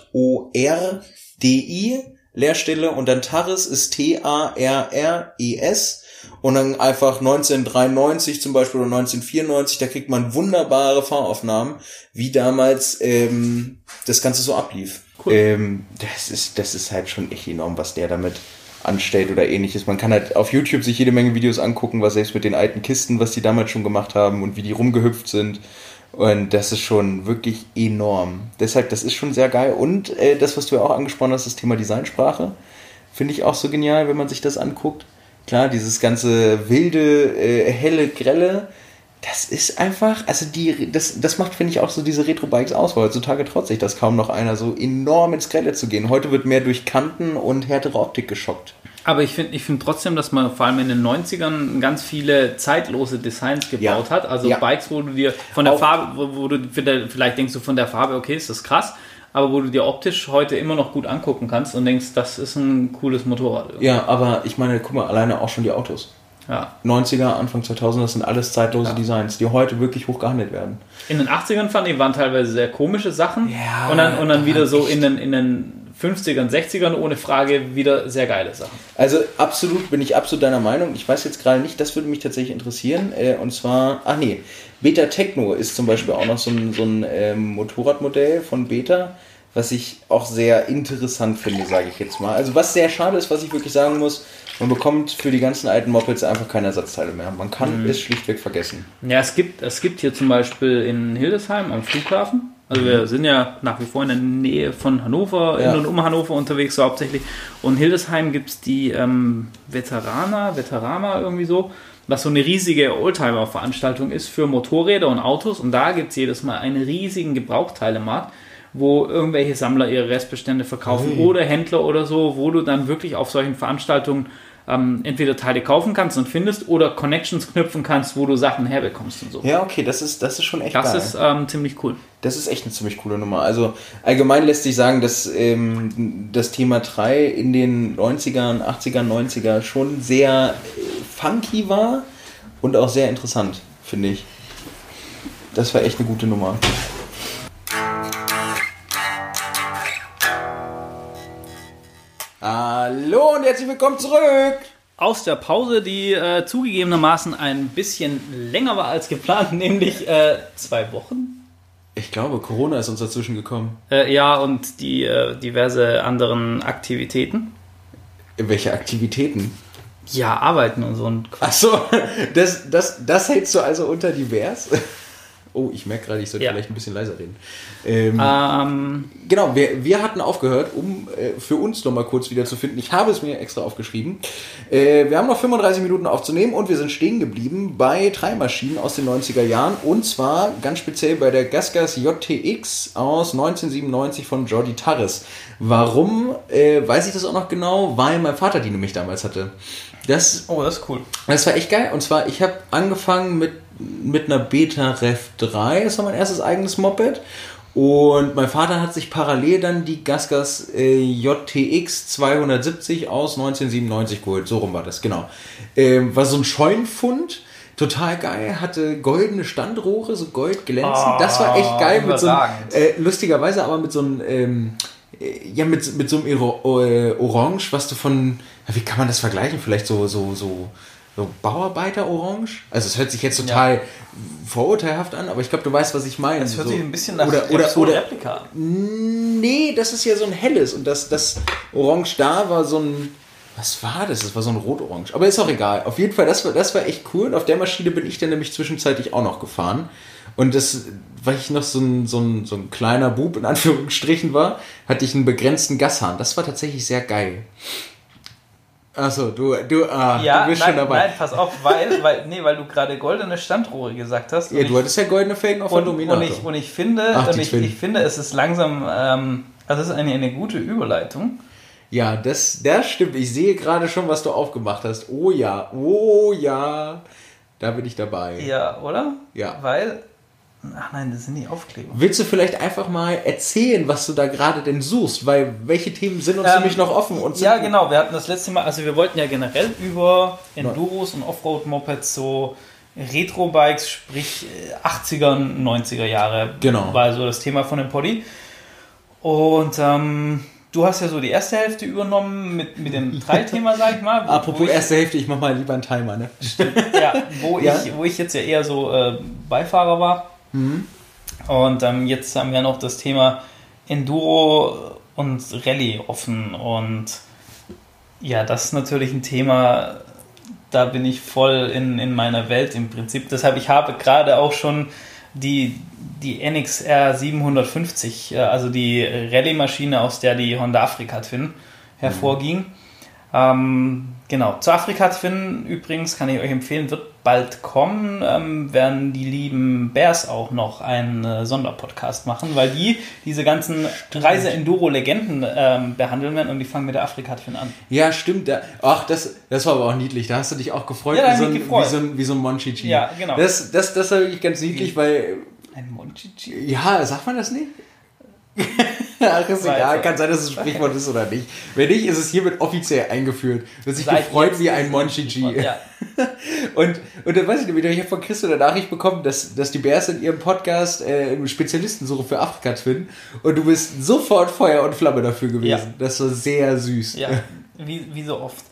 Speaker 2: Jordi Leerstelle und dann Tarris ist Tarres und dann einfach 1993 zum Beispiel oder 1994, da kriegt man wunderbare Fahraufnahmen, wie damals das Ganze so ablief. Cool. Das ist halt schon echt enorm, was der damit anstellt oder ähnliches. Man kann halt auf YouTube sich jede Menge Videos angucken, was selbst mit den alten Kisten, was die damals schon gemacht haben und wie die rumgehüpft sind. Und das ist schon wirklich enorm. Deshalb, das ist schon sehr geil. Und das, was du ja auch angesprochen hast, das Thema Designsprache, finde ich auch so genial, wenn man sich das anguckt. Klar, dieses ganze wilde, helle, grelle, das ist einfach, also das macht, finde ich, auch so diese Retro-Bikes aus, weil heutzutage traut sich das kaum noch einer, so enorm ins Grelle zu gehen. Heute wird mehr durch Kanten und härtere Optik geschockt.
Speaker 1: Aber ich finde trotzdem, dass man vor allem in den 90ern ganz viele zeitlose Designs gebaut hat. Also Bikes, wo du dir von der Farbe, wo du vielleicht denkst du von der Farbe, okay, ist das krass, aber wo du dir optisch heute immer noch gut angucken kannst und denkst, das ist ein cooles Motorrad. Irgendwie.
Speaker 2: Ja, aber ich meine, guck mal, alleine auch schon die Autos. Ja. 90er, Anfang 2000er, das sind alles zeitlose Designs, die heute wirklich hoch gehandelt werden.
Speaker 1: In den 80ern fand ich, waren teilweise sehr komische Sachen und dann wieder so in den 50ern, 60ern ohne Frage wieder sehr geile Sachen.
Speaker 2: Also bin ich absolut deiner Meinung. Ich weiß jetzt gerade nicht, das würde mich tatsächlich interessieren. Und zwar, Beta Techno ist zum Beispiel auch noch so ein Motorradmodell von Beta, was ich auch sehr interessant finde, sage ich jetzt mal. Also was sehr schade ist, was ich wirklich sagen muss, man bekommt für die ganzen alten Mopeds einfach keine Ersatzteile mehr. Man kann es schlichtweg vergessen.
Speaker 1: Ja, es gibt hier zum Beispiel in Hildesheim am Flughafen, also wir sind ja nach wie vor in der Nähe von Hannover, in und um Hannover unterwegs so hauptsächlich. Und in Hildesheim gibt's die Veterana irgendwie so, was so eine riesige Oldtimer-Veranstaltung ist für Motorräder und Autos. Und da gibt's jedes Mal einen riesigen Gebrauchteilemarkt, wo irgendwelche Sammler ihre Restbestände verkaufen oder Händler oder so, wo du dann wirklich auf solchen Veranstaltungen entweder Teile kaufen kannst und findest oder Connections knüpfen kannst, wo du Sachen herbekommst und so.
Speaker 2: Ja, okay, das ist schon echt geil.
Speaker 1: Das ist ziemlich cool.
Speaker 2: Das ist echt eine ziemlich coole Nummer. Also allgemein lässt sich sagen, dass das Thema 3 in den 90ern, 80ern, 90er schon sehr funky war und auch sehr interessant, finde ich. Das war echt eine gute Nummer. Hallo und herzlich willkommen zurück!
Speaker 1: Aus der Pause, die zugegebenermaßen ein bisschen länger war als geplant, nämlich 2 Wochen.
Speaker 2: Ich glaube, Corona ist uns dazwischen gekommen.
Speaker 1: Ja, und die diverse anderen Aktivitäten.
Speaker 2: Welche Aktivitäten?
Speaker 1: Ja, arbeiten und so.
Speaker 2: Ach so, das hältst du also unter divers? Oh, ich merke gerade, ich sollte vielleicht ein bisschen leiser reden. Genau, wir hatten aufgehört, um für uns nochmal kurz wieder zu finden. Ich habe es mir extra aufgeschrieben. Wir haben noch 35 Minuten aufzunehmen und wir sind stehen geblieben bei 3 Maschinen aus den 90er Jahren. Und zwar ganz speziell bei der Gasgas JTX aus 1997 von Jordi Tarres. Warum weiß ich das auch noch genau? Weil mein Vater die nämlich damals hatte.
Speaker 1: Das ist cool.
Speaker 2: Das war echt geil. Und zwar, ich habe angefangen mit einer Beta Rev 3. Das war mein erstes eigenes Moped. Und mein Vater hat sich parallel dann die Gasgas JTX 270 aus 1997 geholt. So rum war das, genau. War so ein Scheunenfund. Total geil. Hatte goldene Standrohre, so goldglänzend. Das war echt geil. Mit so lustigerweise aber mit so einem... mit so einem Orange, was du von, wie kann man das vergleichen? Vielleicht so Bauarbeiter-Orange? Also es hört sich jetzt total vorurteilhaft an, aber ich glaube, du weißt, was ich meine.
Speaker 1: Das hört sich ein bisschen nach
Speaker 2: Replika an. Nee, das ist ja so ein helles und das Orange da war so ein, was war das? Das war so ein Rot-Orange. Aber ist auch egal. Auf jeden Fall, das war echt cool. Und auf der Maschine bin ich dann nämlich zwischenzeitlich auch noch gefahren. Und das, weil ich noch so ein kleiner Bub in Anführungsstrichen war, hatte ich einen begrenzten Gashahn. Das war tatsächlich sehr geil. Achso, du bist schon dabei.
Speaker 1: Nein, pass auf, weil du gerade goldene Standrohre gesagt hast.
Speaker 2: Ja, du hattest ja goldene Felgen auf der Dominator.
Speaker 1: Und ich finde, es ist langsam, also es ist eine gute Überleitung.
Speaker 2: Ja, das stimmt. Ich sehe gerade schon, was du aufgemacht hast. Oh ja, da bin ich dabei.
Speaker 1: Ja, oder?
Speaker 2: Ja.
Speaker 1: Weil... Ach nein, das sind die Aufkleber.
Speaker 2: Willst du vielleicht einfach mal erzählen, was du da gerade denn suchst? Weil welche Themen sind uns nämlich noch offen?
Speaker 1: Ja, genau. Wir hatten das letzte Mal, also wir wollten ja generell über Enduros und Offroad-Mopeds, so Retro-Bikes, sprich 80er und 90er Jahre.
Speaker 2: Genau.
Speaker 1: War so das Thema von dem Poddy. Und du hast ja so die erste Hälfte übernommen mit dem 3-Thema, sag ich mal.
Speaker 2: Apropos erste Hälfte, ich mach mal lieber einen Timer, ne?
Speaker 1: Ja, wo ich jetzt ja eher so Beifahrer war.
Speaker 2: Mhm.
Speaker 1: Und jetzt haben wir noch das Thema Enduro und Rallye offen. Und ja, das ist natürlich ein Thema, da bin ich voll in meiner Welt im Prinzip. Deshalb, ich habe gerade auch schon die NXR 750, also die Rallye-Maschine, aus der die Honda Africa Twin hervorging. Genau, zur Africa Twin übrigens kann ich euch empfehlen, wird bald kommen, werden die lieben Bears auch noch einen Sonderpodcast machen, weil diese ganzen Reise-Enduro-Legenden behandeln werden und die fangen mit der Africa Twin an.
Speaker 2: Ja, stimmt. Ach, das war aber auch niedlich. Da hast du dich auch gefreut,
Speaker 1: ja,
Speaker 2: wie so ein Monchichi.
Speaker 1: Ja, genau.
Speaker 2: Das war wirklich ganz niedlich, weil...
Speaker 1: Ein Monchichi?
Speaker 2: Ja, sagt man das nicht? Ach, ist egal, kann sein, dass es ein Sprichwort ist oder nicht. Wenn nicht, ist es hiermit offiziell eingeführt. Du hast dich gefreut wie ein Monchichi.
Speaker 1: Ja.
Speaker 2: Und dann weiß ich nicht, ich habe von Christo eine Nachricht bekommen, dass die Bears in ihrem Podcast Spezialisten suchen für Afrika Twin und du bist sofort Feuer und Flamme dafür gewesen. Ja. Das war sehr süß.
Speaker 1: Ja, wie so oft.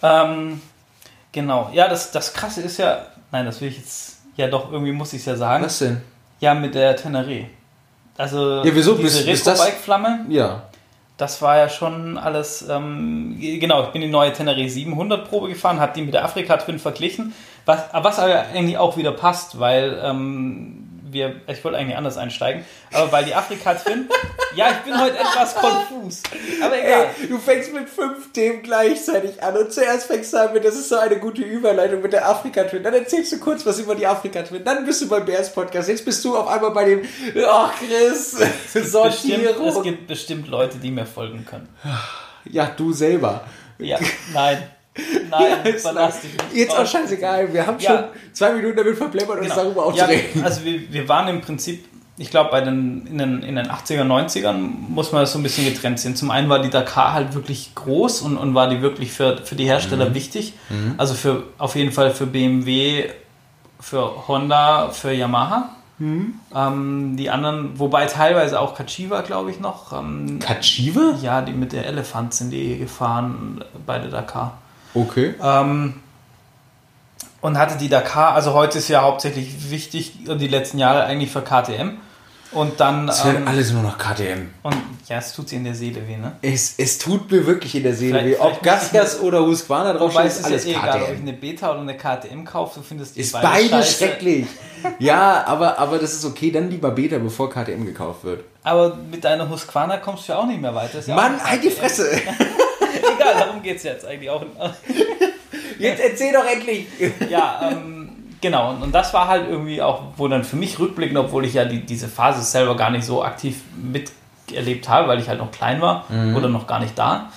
Speaker 1: Genau, ja, das Krasse ist ja, nein, das will ich jetzt, ja doch, irgendwie muss ich es ja sagen.
Speaker 2: Was denn?
Speaker 1: Ja, mit der Teneré. Also
Speaker 2: ja, wieso?
Speaker 1: Diese Retro-Bike-Flamme,
Speaker 2: ja.
Speaker 1: Das war ja schon alles, genau, ich bin die neue Teneré 700 Probe gefahren, habe die mit der Africa Twin verglichen, was aber eigentlich auch wieder passt, weil ich wollte eigentlich anders einsteigen, aber weil die Africa Twin, ja, ich bin heute etwas konfus, aber egal.
Speaker 2: Ey, du fängst mit 5 Themen gleichzeitig an und zuerst fängst du an mit, das ist so eine gute Überleitung mit der Africa Twin, dann erzählst du kurz was über die Africa Twin, dann bist du beim BS Podcast, jetzt bist du auf einmal bei dem, Chris, Sortierung.
Speaker 1: Es gibt bestimmt Leute, die mir folgen können.
Speaker 2: Ja, du selber.
Speaker 1: Ja, nein. Nein, verlass dich nicht.
Speaker 2: Jetzt auch scheißegal, wir haben schon 2 Minuten damit verplempert, uns darüber aufzuregen.
Speaker 1: Also wir waren im Prinzip, ich glaube, in den 80er, 90ern muss man das so ein bisschen getrennt sehen. Zum einen war die Dakar halt wirklich groß und war die wirklich für die Hersteller wichtig. Also auf jeden Fall für BMW, für Honda, für Yamaha. Die anderen, wobei teilweise auch Kachiwa, glaube ich, noch.
Speaker 2: Kachiwa?
Speaker 1: Ja, die mit der Elefant sind die gefahren bei der Dakar.
Speaker 2: Okay.
Speaker 1: Und hatte die Dakar, also heute ist ja hauptsächlich wichtig, die letzten Jahre eigentlich für KTM. Und dann.
Speaker 2: Es wird alles nur noch KTM.
Speaker 1: Und ja, es tut sie in der Seele weh, ne?
Speaker 2: Es tut mir wirklich in der Seele weh. Ob Gasgas oder Husqvarna drauf steht, ist alles KTM. Egal, ob ich
Speaker 1: eine Beta oder eine KTM kaufe, du findest die
Speaker 2: ist beides schrecklich. Ja, aber das ist okay, dann lieber Beta, bevor KTM gekauft wird.
Speaker 1: Aber mit deiner Husqvarna kommst du ja auch nicht mehr weiter. Ja
Speaker 2: Mann, halt die Fresse!
Speaker 1: Egal, darum geht's jetzt eigentlich auch.
Speaker 2: Jetzt erzähl doch endlich!
Speaker 1: Ja, genau, und das war halt irgendwie auch, wo dann für mich rückblickend, obwohl ich ja diese Phase selber gar nicht so aktiv miterlebt habe, weil ich halt noch klein war oder noch gar nicht da.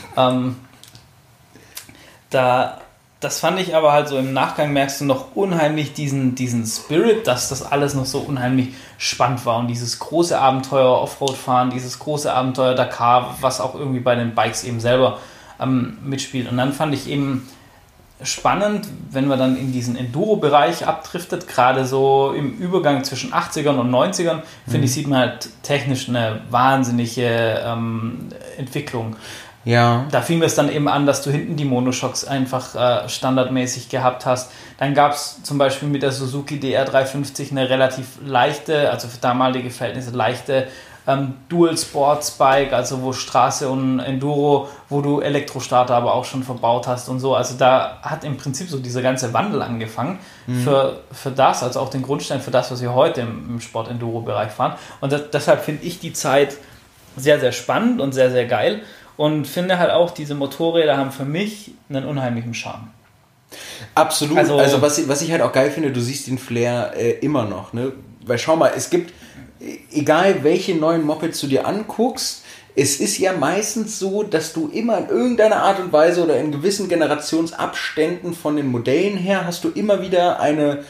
Speaker 1: Das fand ich aber halt so im Nachgang, merkst du noch unheimlich diesen Spirit, dass das alles noch so unheimlich spannend war und dieses große Abenteuer Offroad-Fahren, dieses große Abenteuer Dakar, was auch irgendwie bei den Bikes eben selber mitspielt. Und dann fand ich eben spannend, wenn man dann in diesen Enduro-Bereich abdriftet, gerade so im Übergang zwischen 80ern und 90ern, finde ich, sieht man halt technisch eine wahnsinnige Entwicklung.
Speaker 2: Ja.
Speaker 1: Da fing es dann eben an, dass du hinten die Monoshocks einfach standardmäßig gehabt hast. Dann gab es zum Beispiel mit der Suzuki DR350 eine relativ leichte, also für damalige Verhältnisse leichte Dual Sports Bike, also wo Straße und Enduro, wo du Elektrostarter aber auch schon verbaut hast und so. Also da hat im Prinzip so dieser ganze Wandel angefangen für das, also auch den Grundstein für das, was wir heute im Sport-Enduro-Bereich fahren. Und deshalb finde ich die Zeit sehr, sehr spannend und sehr, sehr geil und finde halt auch, diese Motorräder haben für mich einen unheimlichen Charme.
Speaker 2: Absolut. Also was ich halt auch geil finde, du siehst den Flair immer noch, ne? Weil schau mal, es gibt, egal welche neuen Mopeds du dir anguckst, es ist ja meistens so, dass du immer in irgendeiner Art und Weise oder in gewissen Generationsabständen von den Modellen her hast du immer wieder eine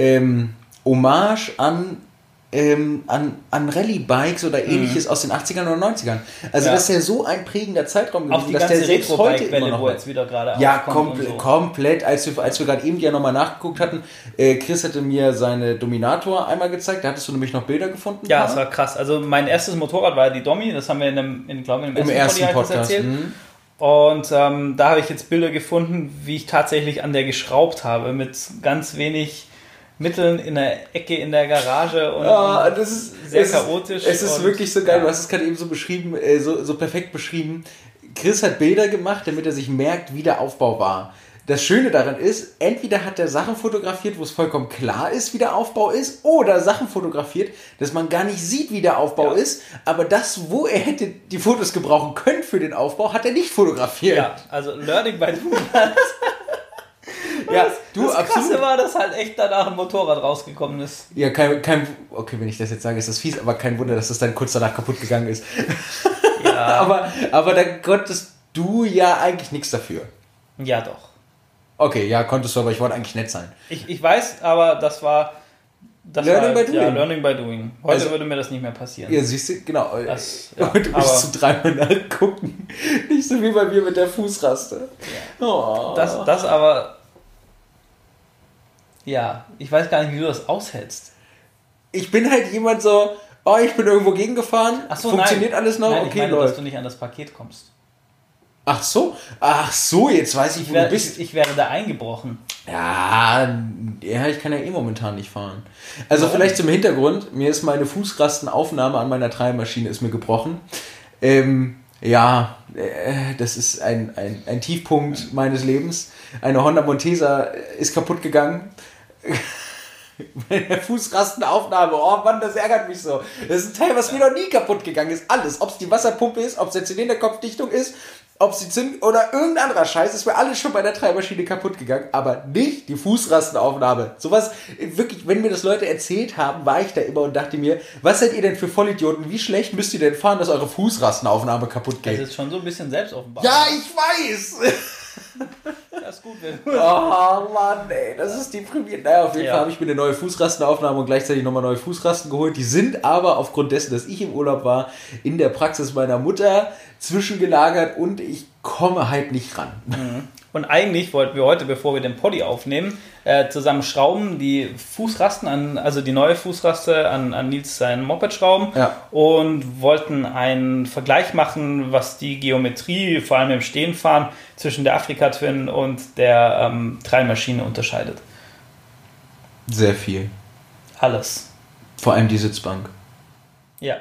Speaker 2: Hommage an Rallye-Bikes oder ähnliches aus den 80ern oder 90ern. Also das ist ja so ein prägender Zeitraum gewesen, dass der selbst heute immer noch...
Speaker 1: Wo jetzt wieder gerade
Speaker 2: komplett. Als wir gerade eben ja nochmal nachgeguckt hatten, Chris hatte mir seine Dominator einmal gezeigt, da hattest du nämlich noch Bilder gefunden.
Speaker 1: Ja, das war krass. Also mein erstes Motorrad war die Domi, das haben wir im ersten Podcast erzählt. Und da habe ich jetzt Bilder gefunden, wie ich tatsächlich an der geschraubt habe, mit ganz wenig Mitteln in der Ecke in der Garage und
Speaker 2: das ist
Speaker 1: sehr chaotisch.
Speaker 2: Es ist wirklich so geil, du hast es gerade eben so beschrieben, so perfekt beschrieben. Chris hat Bilder gemacht, damit er sich merkt, wie der Aufbau war. Das Schöne daran ist, entweder hat er Sachen fotografiert, wo es vollkommen klar ist, wie der Aufbau ist, oder Sachen fotografiert, dass man gar nicht sieht, wie der Aufbau ist, aber das, wo er hätte die Fotos gebrauchen können für den aufbau, hat er nicht fotografiert.
Speaker 1: Ja, also Learning by Doing.
Speaker 2: Ja,
Speaker 1: das Krasse war, dass halt echt danach ein Motorrad rausgekommen ist.
Speaker 2: Ja, okay, wenn ich das jetzt sage, ist das fies, aber kein Wunder, dass das dann kurz danach kaputt gegangen ist. Ja. aber da konntest du ja eigentlich nichts dafür.
Speaker 1: Ja, doch.
Speaker 2: Okay, ja, konntest du, aber ich wollte eigentlich nett sein.
Speaker 1: Ich weiß, aber das war...
Speaker 2: Learning by Doing.
Speaker 1: Ja, Learning by Doing. Heute würde mir das nicht mehr passieren.
Speaker 2: Ja, siehst du, genau. Du musst zu dreimal nachgucken. Nicht so wie bei mir mit der Fußraste.
Speaker 1: Ja. Oh. Das aber... Ja, ich weiß gar nicht, wie du das aushältst.
Speaker 2: Ich bin halt jemand so, ich bin irgendwo gegengefahren, funktioniert alles noch?
Speaker 1: Nein, okay, ich meine, dass du nicht an das Paket kommst.
Speaker 2: Ach so, jetzt weiß ich, wo du bist.
Speaker 1: Ich wäre da eingebrochen.
Speaker 2: Ja, ich kann ja momentan nicht fahren. Also vielleicht zum Hintergrund, mir ist meine Fußrastenaufnahme an meiner Treibermaschine ist mir gebrochen. Das ist ein Tiefpunkt meines Lebens. Eine Honda Montesa ist kaputt gegangen. Bei der Fußrastenaufnahme, oh Mann, das ärgert mich so. Das ist ein Teil, was mir noch nie kaputt gegangen ist. Alles. Ob es die Wasserpumpe ist, ob es der Zylinderkopfdichtung ist, ob es die Zünd oder irgendein anderer Scheiß, ist mir alles schon bei der Treibermaschine kaputt gegangen, aber nicht die Fußrastenaufnahme. Sowas, wirklich, wenn mir das Leute erzählt haben, war ich da immer und dachte mir, was seid ihr denn für Vollidioten? Wie schlecht müsst ihr denn fahren, dass eure Fußrastenaufnahme kaputt geht?
Speaker 1: Das ist schon so ein bisschen Selbstoffenbarung.
Speaker 2: Ja, ich weiß!
Speaker 1: alles gut.
Speaker 2: Oh Mann, ey, das ist deprimierend. Naja, auf jeden Fall habe ich mir eine neue Fußrastenaufnahme und gleichzeitig nochmal neue Fußrasten geholt. Die sind aber aufgrund dessen, dass ich im Urlaub war, in der Praxis meiner Mutter zwischengelagert und ich komme halt nicht ran.
Speaker 1: Und eigentlich wollten wir heute, bevor wir den Poddy aufnehmen, zusammen schrauben, die Fußrasten also die neue Fußraste an Nils sein Moped schrauben und wollten einen Vergleich machen, was die Geometrie, vor allem im Stehenfahren, zwischen der Afrika Twin und der Trailmaschine unterscheidet.
Speaker 2: Sehr viel.
Speaker 1: Alles.
Speaker 2: Vor allem die Sitzbank.
Speaker 1: Ja.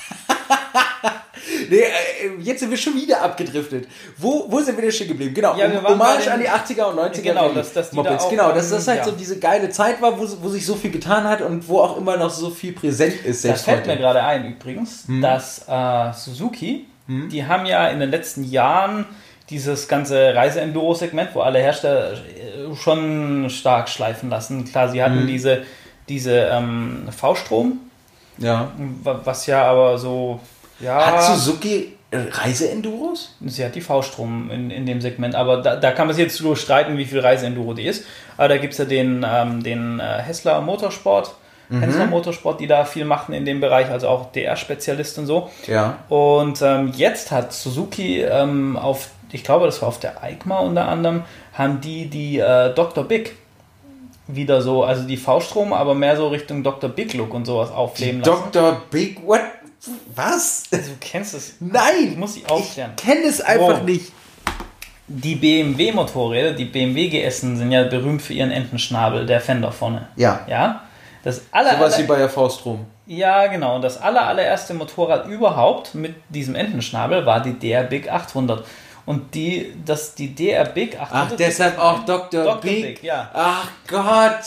Speaker 2: Nee, jetzt sind wir schon wieder abgedriftet. Wo sind wir denn stehen geblieben? Genau,
Speaker 1: ja,
Speaker 2: Hommage an die 80er und 90er.
Speaker 1: Genau, dass die
Speaker 2: Mopeds.
Speaker 1: da auch,
Speaker 2: genau, dass das halt so diese geile Zeit war, wo sich so viel getan hat und wo auch immer noch so viel präsent ist.
Speaker 1: Das fällt mir gerade ein übrigens, dass Suzuki, die haben ja in den letzten Jahren dieses ganze Reise-Enduro-Segment, wo alle Hersteller schon stark schleifen lassen. Klar, sie hatten diese V-Strom, was ja aber so... Ja,
Speaker 2: hat Suzuki Reise-Enduros?
Speaker 1: Sie hat die V-Strom in dem Segment, aber da kann man sich jetzt nur streiten, wie viel Reise-Enduro die ist. Aber da gibt es ja den Hessler Motorsport, die da viel machen in dem Bereich, also auch DR-Spezialist und so.
Speaker 2: Ja.
Speaker 1: Und jetzt hat Suzuki ich glaube, das war auf der EICMA unter anderem, haben die Dr. Big wieder so, also die V-Strom, aber mehr so Richtung Dr. Big Look und sowas aufleben lassen.
Speaker 2: Dr. Big, what? Was?
Speaker 1: Du kennst es.
Speaker 2: Nein!
Speaker 1: Ich muss sie aufklären.
Speaker 2: Ich kenne es einfach nicht.
Speaker 1: Die BMW-Motorräder, die BMW GSen, sind ja berühmt für ihren Entenschnabel, der Fender vorne.
Speaker 2: Ja.
Speaker 1: Ja?
Speaker 2: Sowas wie bei der V-Strom.
Speaker 1: Ja, genau. Und das allererste Motorrad überhaupt mit diesem Entenschnabel war die DR Big 800. Und die DR Big 800...
Speaker 2: Ach, deshalb auch Dr. Big?
Speaker 1: Ja.
Speaker 2: Ach Gott!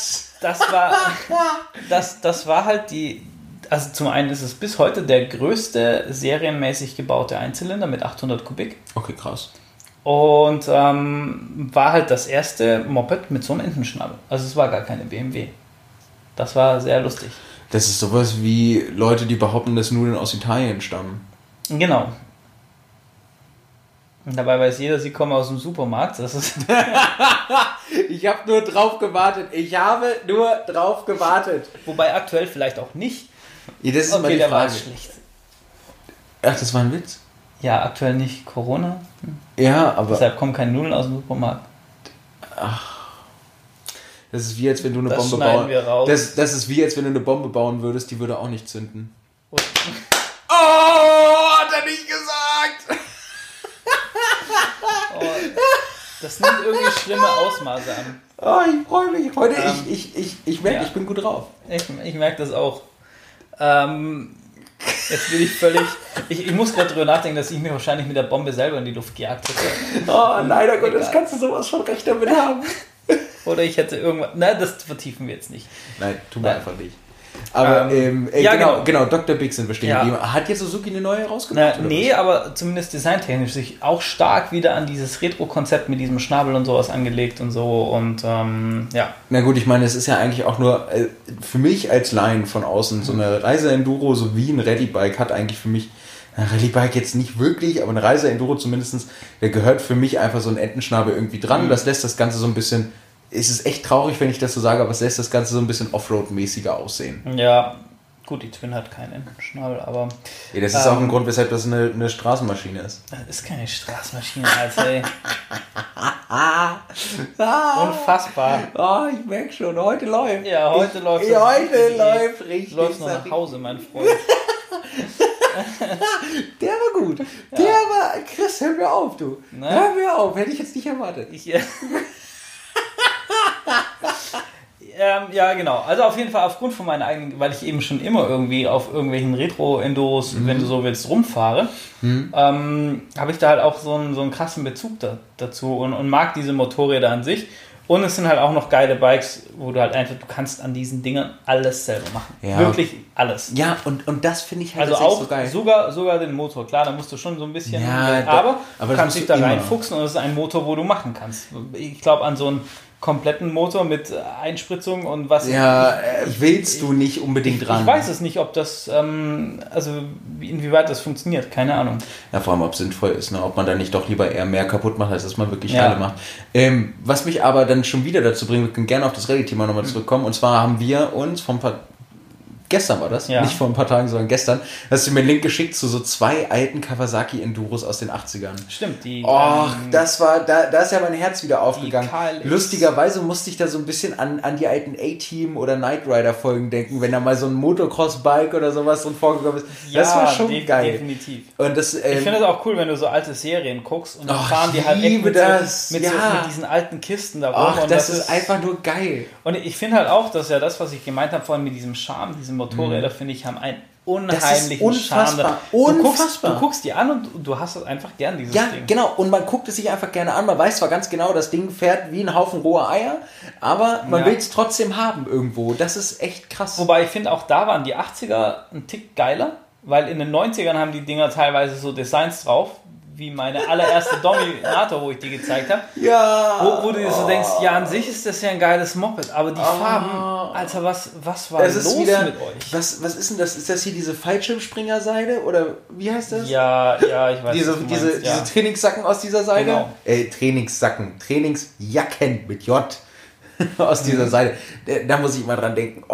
Speaker 1: Das war halt also zum einen ist es bis heute der größte serienmäßig gebaute Einzylinder mit 800 Kubik.
Speaker 2: Okay, krass.
Speaker 1: Und war halt das erste Moped mit so einem Entenschnabel. Also es war gar keine BMW. Das war sehr lustig.
Speaker 2: Das ist sowas wie Leute, die behaupten, dass Nudeln aus Italien stammen.
Speaker 1: Genau. Und dabei weiß jeder, sie kommen aus dem Supermarkt. Das ist
Speaker 2: Ich habe nur drauf gewartet.
Speaker 1: Wobei aktuell vielleicht auch nicht.
Speaker 2: Ja, das ist mal die Frage.
Speaker 1: War schlecht.
Speaker 2: Ach, das war ein Witz?
Speaker 1: Ja, aktuell nicht Corona.
Speaker 2: Ja, aber...
Speaker 1: Deshalb kommen keine Nudeln aus dem Supermarkt.
Speaker 2: Ach. Das ist wie, als wenn du eine
Speaker 1: das
Speaker 2: Bombe
Speaker 1: schneiden wir raus.
Speaker 2: Das ist wie, als wenn du eine Bombe bauen würdest, die würde auch nicht zünden.
Speaker 1: Oh,
Speaker 2: hat er nicht gesagt!
Speaker 1: Oh, das nimmt irgendwie schlimme Ausmaße an.
Speaker 2: Oh, ich freue mich. Heute, ich merke, ich bin gut drauf.
Speaker 1: Ich merke das auch. Jetzt bin ich völlig... Ich muss gerade drüber nachdenken, dass ich mich wahrscheinlich mit der Bombe selber in die Luft gejagt hätte.
Speaker 2: Oh, leider Gottes, kannst du sowas schon recht damit haben.
Speaker 1: Oder ich hätte irgendwas... Nein, das vertiefen wir jetzt nicht.
Speaker 2: Nein, tun wir einfach nicht. Aber genau, Dr. Big sind wir stehen geblieben. Hat jetzt Suzuki eine neue rausgebracht?
Speaker 1: Nee, aber zumindest designtechnisch sich auch stark wieder an dieses Retro-Konzept mit diesem Schnabel und sowas angelegt und so und ja.
Speaker 2: Na gut, ich meine, es ist ja eigentlich auch nur für mich als Laien von außen so eine Reise-Enduro, so wie ein Rallye-Bike hat eigentlich für mich, ein Rallye-Bike jetzt nicht wirklich, aber eine Reise-Enduro zumindest, der gehört für mich einfach so ein Entenschnabel irgendwie dran. Das lässt das Ganze so ein bisschen... Es ist echt traurig, wenn ich das so sage, aber es lässt das Ganze so ein bisschen Offroad-mäßiger aussehen.
Speaker 1: Ja, gut, die Twin hat keinen Entenschnabel, aber...
Speaker 2: Ja, das ist auch ein Grund, weshalb das eine Straßenmaschine ist.
Speaker 1: Das ist keine Straßenmaschine, Alter, ey. Unfassbar.
Speaker 2: Oh, ich merke schon, heute läuft.
Speaker 1: Ja, heute läuft
Speaker 2: es. Heute läuft richtig.
Speaker 1: Du läufst noch nach Hause, mein Freund.
Speaker 2: Der war gut. Ja. Chris, hör mir auf, du. Ne? Hör mir auf, hätte ich jetzt nicht erwartet.
Speaker 1: Ja, genau. Also auf jeden Fall aufgrund von meiner eigenen, weil ich eben schon immer irgendwie auf irgendwelchen Retro-Enduros, wenn du so willst, rumfahre, habe ich da halt auch so einen krassen Bezug dazu und mag diese Motorräder an sich. Und es sind halt auch noch geile Bikes, wo du halt einfach, du kannst an diesen Dingern alles selber machen. Ja. Wirklich alles.
Speaker 2: Ja, und das finde ich halt
Speaker 1: also auch
Speaker 2: so geil.
Speaker 1: Sogar den Motor. Klar, da musst du schon so ein bisschen, aber du kannst dich da reinfuchsen und es ist ein Motor, wo du machen kannst. Ich glaube, an so ein kompletten Motor mit Einspritzung und was.
Speaker 2: Ja, willst du nicht unbedingt dran.
Speaker 1: Ich weiß es nicht, ob das, also inwieweit das funktioniert, keine Ahnung.
Speaker 2: Ja, vor allem, ob es sinnvoll ist, ne? Ob man da nicht doch lieber eher mehr kaputt macht, als dass man wirklich Teile macht. Was mich aber dann schon wieder dazu bringt, wir können gerne auf das Rallye-Thema nochmal zurückkommen, und zwar haben wir uns gestern war das, nicht vor ein paar Tagen, sondern gestern, hast du mir einen Link geschickt zu so 2 alten Kawasaki Enduros aus den 80ern.
Speaker 1: Stimmt, die.
Speaker 2: Das war, da ist ja mein Herz wieder aufgegangen. Lustigerweise musste ich da so ein bisschen an die alten A-Team oder Knight Rider Folgen denken, wenn da mal so ein Motocross-Bike oder sowas drin vorgekommen ist.
Speaker 1: Ja,
Speaker 2: das war schon geil.
Speaker 1: Definitiv.
Speaker 2: Und das,
Speaker 1: ich finde es auch cool, wenn du so alte Serien guckst und dann fahren die halt
Speaker 2: echt
Speaker 1: mit diesen alten Kisten da rum.
Speaker 2: Und das ist einfach nur geil.
Speaker 1: Und ich finde halt auch, dass ja das, was ich gemeint habe vorhin mit diesem Charme, diese Motorräder, finde ich, haben einen unheimlichen Charme.
Speaker 2: Unfassbar.
Speaker 1: Du guckst die an und du hast das einfach gern, dieses Ding. Ja,
Speaker 2: genau. Und man guckt es sich einfach gerne an. Man weiß zwar ganz genau, das Ding fährt wie ein Haufen roher Eier, aber man will es trotzdem haben irgendwo. Das ist echt krass.
Speaker 1: Wobei ich finde, auch da waren die 80er ein Tick geiler, weil in den 90ern haben die Dinger teilweise so Designs drauf, wie meine allererste Dominator, wo ich die gezeigt habe.
Speaker 2: Ja.
Speaker 1: Wo du dir so denkst, ja, an sich ist das ja ein geiles Moped, aber die Farben, Alter, was war los mit euch?
Speaker 2: Was ist denn das? Ist das hier diese Fallschirmspringerseide? Oder wie heißt das?
Speaker 1: Ja, ich weiß
Speaker 2: nicht. Diese Trainingssacken aus dieser Seite? Genau. Trainingsjacken mit J. aus dieser Seite. Da muss ich mal dran denken.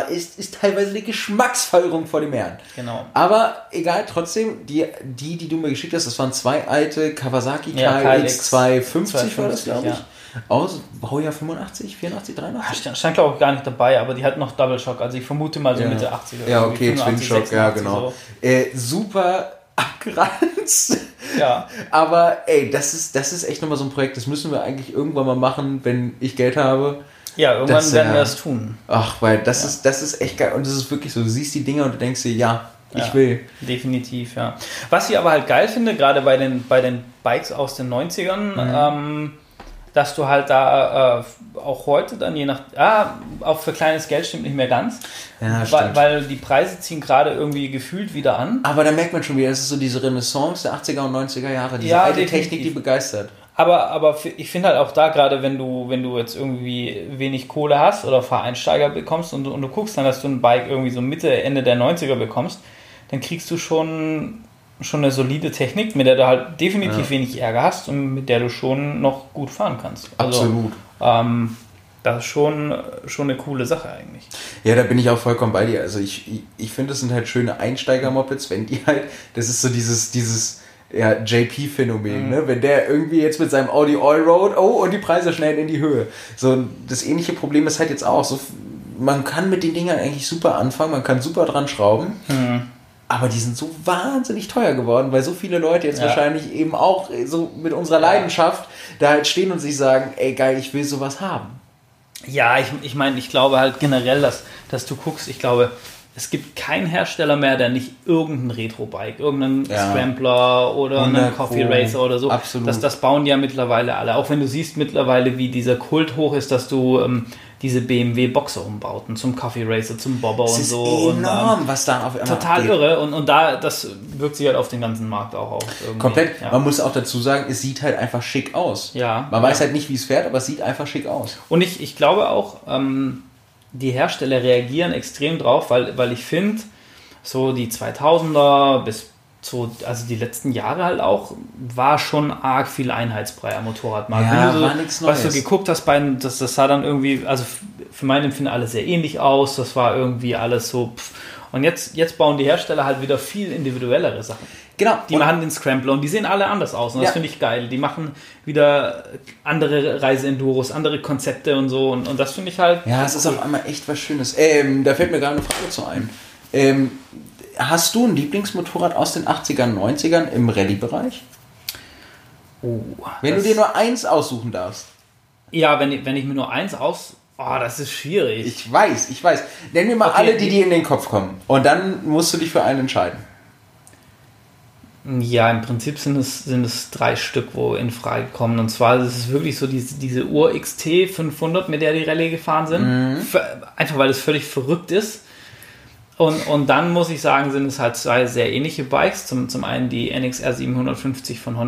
Speaker 2: Ist teilweise eine Geschmacksfolgerung vor dem Herrn.
Speaker 1: Genau.
Speaker 2: Aber egal, trotzdem, die du mir geschickt hast, das waren 2 alte Kawasaki KLX 250 war das, glaube ich. Ja. Aus Baujahr 85, 84, 83?
Speaker 1: Stand glaube ich gar nicht dabei, aber die hat noch Double Shock. Also ich vermute mal so Mitte 80er.
Speaker 2: Ja, okay, Twin Shock, ja, genau. So. Super abgeranzt.
Speaker 1: Ja.
Speaker 2: Aber das ist echt nochmal so ein Projekt, das müssen wir eigentlich irgendwann mal machen, wenn ich Geld habe.
Speaker 1: Ja, irgendwann werden wir das tun.
Speaker 2: Ach, weil das ist echt geil. Und das ist wirklich so, du siehst die Dinger und du denkst dir, ich will.
Speaker 1: Definitiv, ja. Was ich aber halt geil finde, gerade bei den Bikes aus den 90ern, dass du halt da auch heute dann je nach, auch für kleines Geld stimmt nicht mehr ganz, weil die Preise ziehen gerade irgendwie gefühlt wieder an.
Speaker 2: Aber da merkt man schon wieder, das ist so diese Renaissance der 80er und 90er Jahre, diese alte Technik, die begeistert.
Speaker 1: Aber ich finde halt auch da, gerade wenn du jetzt irgendwie wenig Kohle hast oder Fahreinsteiger bekommst und du guckst dann, dass du ein Bike irgendwie so Mitte, Ende der 90er bekommst, dann kriegst du schon eine solide Technik, mit der du halt definitiv wenig Ärger hast und mit der du schon noch gut fahren kannst. Also,
Speaker 2: absolut.
Speaker 1: Das ist schon eine coole Sache eigentlich.
Speaker 2: Ja, da bin ich auch vollkommen bei dir. Also ich finde, das sind halt schöne Einsteiger-Mopeds, wenn die halt, das ist so dieses JP-Phänomen, ne? Wenn der irgendwie jetzt mit seinem Audi Allroad, und die Preise schnell in die Höhe. So, das ähnliche Problem ist halt jetzt auch so, man kann mit den Dingern eigentlich super anfangen, man kann super dran schrauben, aber die sind so wahnsinnig teuer geworden, weil so viele Leute jetzt wahrscheinlich eben auch so mit unserer Leidenschaft da halt stehen und sich sagen, ey geil, ich will sowas haben.
Speaker 1: Ja, ich meine, ich glaube halt generell, dass du guckst, ich glaube, es gibt keinen Hersteller mehr, der nicht irgendein Retro-Bike, irgendeinen Scrambler oder einen Coffee Racer oder so.
Speaker 2: Absolut.
Speaker 1: Das bauen ja mittlerweile alle. Auch wenn du siehst mittlerweile, wie dieser Kult hoch ist, dass du diese BMW-Boxer umbauten zum Coffee Racer, zum Bobber und so.
Speaker 2: Das ist enorm, was da auf einmal
Speaker 1: total abgeht. Irre. Und das wirkt sich halt auf den ganzen Markt auch auf. Irgendwie.
Speaker 2: Komplett. Ja. Man muss auch dazu sagen, es sieht halt einfach schick aus.
Speaker 1: Ja.
Speaker 2: Man weiß halt nicht, wie es fährt, aber es sieht einfach schick aus.
Speaker 1: Und ich glaube auch, die Hersteller reagieren extrem drauf, weil ich finde, so die 2000er bis so, also die letzten Jahre halt auch, war schon arg viel Einheitsbrei am Motorradmarkt.
Speaker 2: Ja,
Speaker 1: wenn du
Speaker 2: war nichts Neues.
Speaker 1: Was du geguckt hast, das sah dann irgendwie, also für mein Empfinden alles sehr ähnlich aus, das war irgendwie alles so, und jetzt bauen die Hersteller halt wieder viel individuellere Sachen.
Speaker 2: Genau.
Speaker 1: Die machen den Scrambler und die sehen alle anders aus und das finde ich geil. Die machen wieder andere Reise-Enduros, andere Konzepte und so und das finde ich halt...
Speaker 2: Ja, es ist auf einmal echt was Schönes. Da fällt mir gerade eine Frage zu ein. Hast du ein Lieblingsmotorrad aus den 80ern, 90ern im Rallye-Bereich? Wenn du dir nur eins aussuchen darfst.
Speaker 1: Ja, wenn ich mir nur eins das ist schwierig.
Speaker 2: Ich weiß. Nenn mir mal alle, die dir in den Kopf kommen. Und dann musst du dich für einen entscheiden.
Speaker 1: Ja, im Prinzip sind es 3 Stück, wo in Frage kommen. Und zwar ist es wirklich so diese Ur-XT 500, mit der die Rallye gefahren sind. Einfach weil es völlig verrückt ist. Und dann muss ich sagen, sind es halt 2 sehr ähnliche Bikes. Zum einen die NXR 750 von Honda.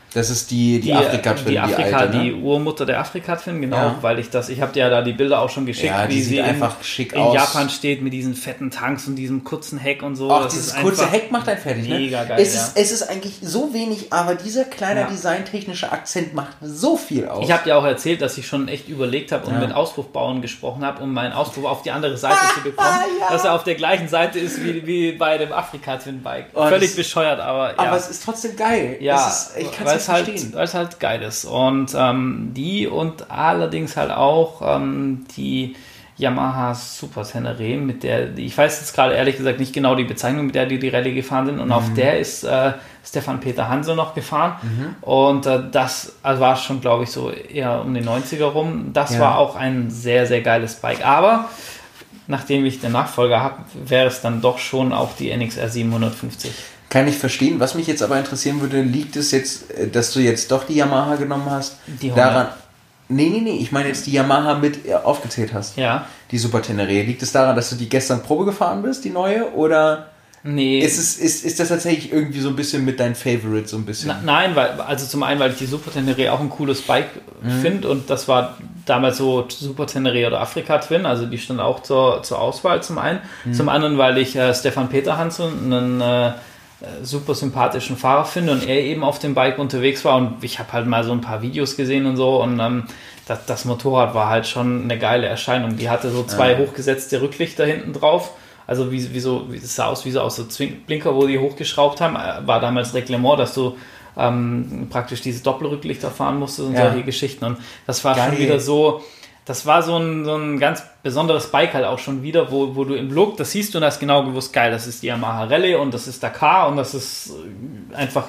Speaker 2: Das ist die Afrika-Twin,
Speaker 1: die Afrika,
Speaker 2: alte, ne?
Speaker 1: die Urmutter der Afrika-Twin, genau, weil ich habe dir ja da die Bilder auch schon geschickt,
Speaker 2: wie sie einfach schick aus.
Speaker 1: In Japan steht mit diesen fetten Tanks und diesem kurzen Heck und so.
Speaker 2: Auch dieses kurze Heck macht einen fertig, ne?
Speaker 1: Mega geil,
Speaker 2: es ist eigentlich so wenig, aber dieser kleine designtechnische Akzent macht so viel aus.
Speaker 1: Ich habe dir auch erzählt, dass ich schon echt überlegt habe und mit Auspuffbauern gesprochen habe, um meinen Auspuff auf die andere Seite zu bekommen, dass er auf der gleichen Seite ist wie bei dem Afrika-Twin-Bike. Völlig bescheuert, aber ja.
Speaker 2: Aber es ist trotzdem geil.
Speaker 1: Ja,
Speaker 2: ich kann es verstehen.
Speaker 1: Weil es halt geil ist. Und die und allerdings halt auch die Yamaha Super Tenere, mit der, ich weiß jetzt gerade ehrlich gesagt nicht genau die Bezeichnung, mit der die Rallye gefahren sind. Und auf der ist Stefan Peter Hansel noch gefahren. Und das war schon, glaube ich, so eher um den 90er rum. Das war auch ein sehr, sehr geiles Bike. Aber nachdem ich den Nachfolger habe, wäre es dann doch schon auch die NXR 750.
Speaker 2: Kann ich verstehen. Was mich jetzt aber interessieren würde, liegt es jetzt, dass du jetzt doch die Yamaha genommen hast?
Speaker 1: Die Honda.
Speaker 2: Daran. Nee. Ich meine jetzt die Yamaha mit aufgezählt hast.
Speaker 1: Ja.
Speaker 2: Die Super Tenere. Liegt es daran, dass du die gestern Probe gefahren bist, die neue? Oder
Speaker 1: nee.
Speaker 2: Ist das tatsächlich irgendwie so ein bisschen mit deinen Favorites so ein bisschen?
Speaker 1: Nein, also zum einen, weil ich die Super Tenere auch ein cooles Bike finde und das war damals so Super Tenere oder Afrika Twin, also die stand auch zur Auswahl zum einen. Zum anderen, weil ich Stefan Peter Hansel einen super sympathischen Fahrer finde und er eben auf dem Bike unterwegs war und ich habe halt mal so ein paar Videos gesehen und so und das Motorrad war halt schon eine geile Erscheinung. Die hatte so zwei hochgesetzte Rücklichter hinten drauf, also das sah aus wie so Blinker, wo die hochgeschraubt haben, war damals Reglement, dass du praktisch diese Doppelrücklichter fahren musstest und solche Geschichten und das war schon wieder so. Das war so ein ganz besonderes Bike halt auch schon wieder, wo du im Look, das siehst du und hast genau gewusst, geil, das ist die Yamaha Rallye und das ist Dakar und das ist einfach,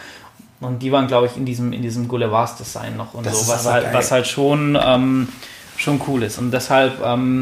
Speaker 1: und die waren, glaube ich, in diesem Goulevards-Design noch und das so, was halt schon cool ist. Und deshalb,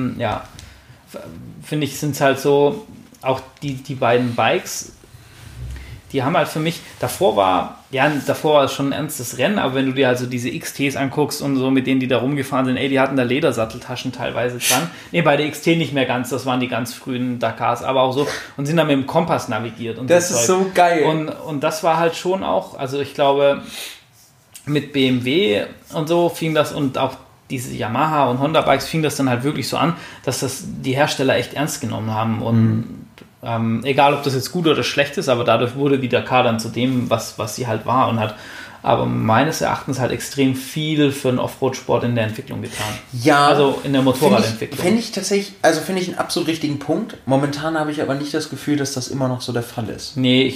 Speaker 1: finde ich, sind es halt so, auch die beiden Bikes, die haben halt für mich, davor war es schon ein ernstes Rennen, aber wenn du dir also diese XTs anguckst und so, mit denen die da rumgefahren sind, die hatten da Ledersatteltaschen teilweise dran. Nee, bei der XT nicht mehr ganz, das waren die ganz frühen Dakars, aber auch so, und sind dann mit dem Kompass navigiert. Und
Speaker 2: das ist so geil.
Speaker 1: Und das war halt schon auch, also ich glaube, mit BMW und so fing das und auch diese Yamaha und Honda Bikes fing das dann halt wirklich so an, dass das die Hersteller echt ernst genommen haben und egal, ob das jetzt gut oder schlecht ist, aber dadurch wurde die Dakar dann zu dem, was sie halt war und hat aber meines Erachtens halt extrem viel für den Offroad-Sport in der Entwicklung getan.
Speaker 2: Ja.
Speaker 1: Also in der Motorradentwicklung.
Speaker 2: Finde ich tatsächlich, also finde ich einen absolut richtigen Punkt. Momentan habe ich aber nicht das Gefühl, dass das immer noch so der Fall ist.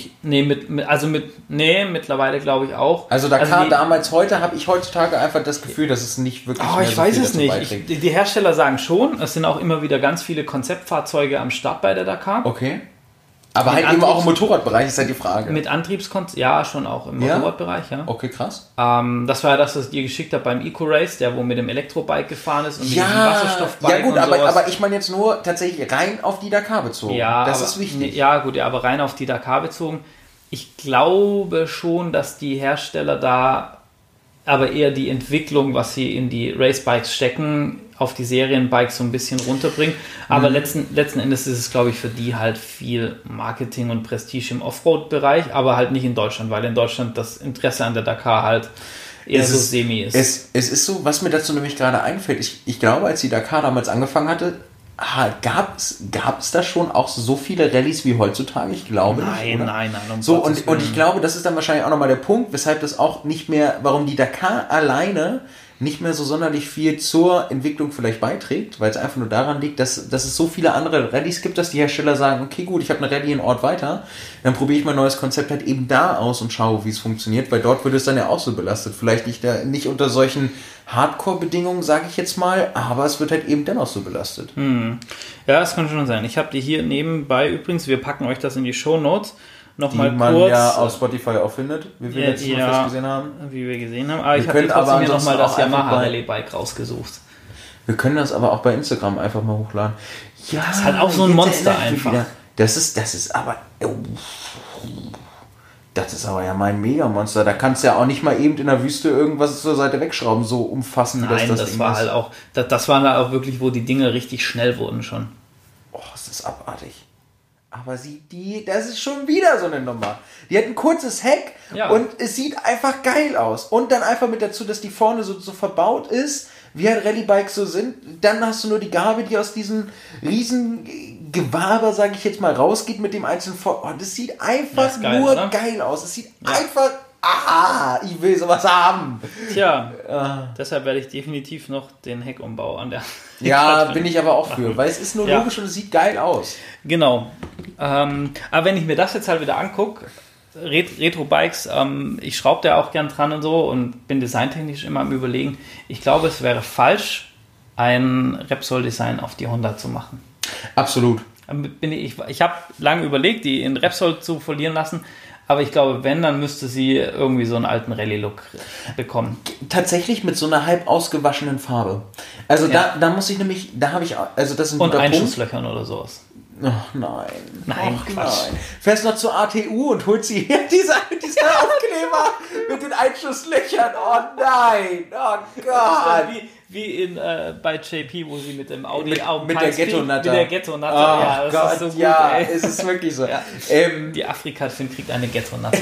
Speaker 1: Mittlerweile glaube ich auch.
Speaker 2: Also Dakar damals, heute habe ich heutzutage einfach das Gefühl, dass es nicht wirklich mehr
Speaker 1: ich weiß es nicht. Die Hersteller sagen schon, es sind auch immer wieder ganz viele Konzeptfahrzeuge am Start bei der Dakar.
Speaker 2: Okay. Aber halt eben auch im Motorradbereich ist halt die Frage.
Speaker 1: Mit Antriebskonzept, ja, schon auch im Motorradbereich, ja.
Speaker 2: Okay, krass.
Speaker 1: Das war ja das, was ich dir geschickt habe beim Eco-Race, der wo mit dem Elektrobike gefahren ist und mit diesem Wasserstoffbike.
Speaker 2: Ja gut, aber ich meine jetzt nur tatsächlich rein auf die Dakar bezogen.
Speaker 1: Ja,
Speaker 2: das ist wichtig.
Speaker 1: Ja gut, aber rein auf die Dakar bezogen. Ich glaube schon, dass die Hersteller da aber eher die Entwicklung, was sie in die Racebikes stecken, auf die Serienbikes so ein bisschen runterbringen. Aber letzten Endes ist es, glaube ich, für die halt viel Marketing und Prestige im Offroad-Bereich, aber halt nicht in Deutschland, weil in Deutschland das Interesse an der Dakar halt eher so semi ist.
Speaker 2: Es ist so, was mir dazu nämlich gerade einfällt, ich glaube, als die Dakar damals angefangen hatte, gab es da schon auch so viele Rallyes wie heutzutage? Ich glaube nicht.
Speaker 1: Nein.
Speaker 2: So, und ich glaube, das ist dann wahrscheinlich auch nochmal der Punkt, weshalb das auch nicht mehr, warum die Dakar alleine nicht mehr so sonderlich viel zur Entwicklung vielleicht beiträgt, weil es einfach nur daran liegt, dass es so viele andere Rallyes gibt, dass die Hersteller sagen, okay gut, ich habe eine Rallye in Ort weiter, dann probiere ich mein neues Konzept halt eben da aus und schaue, wie es funktioniert, weil dort wird es dann ja auch so belastet. Vielleicht nicht unter solchen Hardcore-Bedingungen, sage ich jetzt mal, aber es wird halt eben dennoch so belastet.
Speaker 1: Ja, das kann schon sein. Ich habe die hier nebenbei übrigens, wir packen euch das in die Shownotes, nochmal
Speaker 2: kurz. Die man ja auf Spotify auch findet,
Speaker 1: wie wir letztes Mal gesehen haben. Wie wir gesehen haben. Aber ich habe trotzdem hier nochmal das Yamaha Rallye Bike rausgesucht. Wir
Speaker 2: können das aber auch bei Instagram einfach mal hochladen.
Speaker 1: Ja, das ist halt auch so ein Monster einfach.
Speaker 2: Das ist aber... Das ist aber ja mein Megamonster. Da kannst du ja auch nicht mal eben in der Wüste irgendwas zur Seite wegschrauben, so umfassend,
Speaker 1: wie das war halt auch... Das waren halt auch wirklich, wo die Dinge richtig schnell wurden schon.
Speaker 2: Oh, das ist abartig.
Speaker 3: Aber das ist schon wieder so eine Nummer. Die hat ein kurzes Heck und es sieht einfach geil aus. Und dann einfach mit dazu, dass die vorne so verbaut ist, wie halt Rallye-Bikes so sind. Dann hast du nur die Gabel, die aus diesem riesen Gewaber, sage ich jetzt mal, rausgeht mit dem einzelnen das sieht einfach geil, nur oder? Geil aus. Es sieht einfach... ich will sowas haben.
Speaker 1: Tja, deshalb werde ich definitiv noch den Heckumbau an der...
Speaker 3: Ja, bin ich aber auch für, weil es ist nur logisch und es sieht geil aus.
Speaker 1: Genau. Aber wenn ich mir das jetzt halt wieder angucke, Retro-Bikes, ich schraube da auch gern dran und so und bin designtechnisch immer am Überlegen. Ich glaube, es wäre falsch, ein Repsol-Design auf die Honda zu machen.
Speaker 3: Absolut.
Speaker 1: Ich habe lange überlegt, die in Repsol zu verlieren lassen, aber ich glaube, wenn, dann müsste sie irgendwie so einen alten Rallye-Look bekommen.
Speaker 3: Tatsächlich mit so einer halb ausgewaschenen Farbe. Also da muss ich nämlich, da habe ich, also das ist ein
Speaker 1: und Einschusslöchern oder sowas.
Speaker 3: Oh nein.
Speaker 1: Nein, Quatsch.
Speaker 3: Nein. Fährst noch zur ATU und holst sie hier diese Aufkleber mit den Einschusslöchern. Oh nein. Oh Gott.
Speaker 1: Wie bei JP, wo sie mit dem Audi
Speaker 3: mit der Ghetto-Natter.
Speaker 1: Mit der Ghetto-Natter.
Speaker 3: Oh
Speaker 1: ja, das
Speaker 3: Gott,
Speaker 1: ist so gut,
Speaker 3: ja, es ist wirklich so.
Speaker 1: Ja. Die Afrika-Film kriegt eine Ghetto-Natter.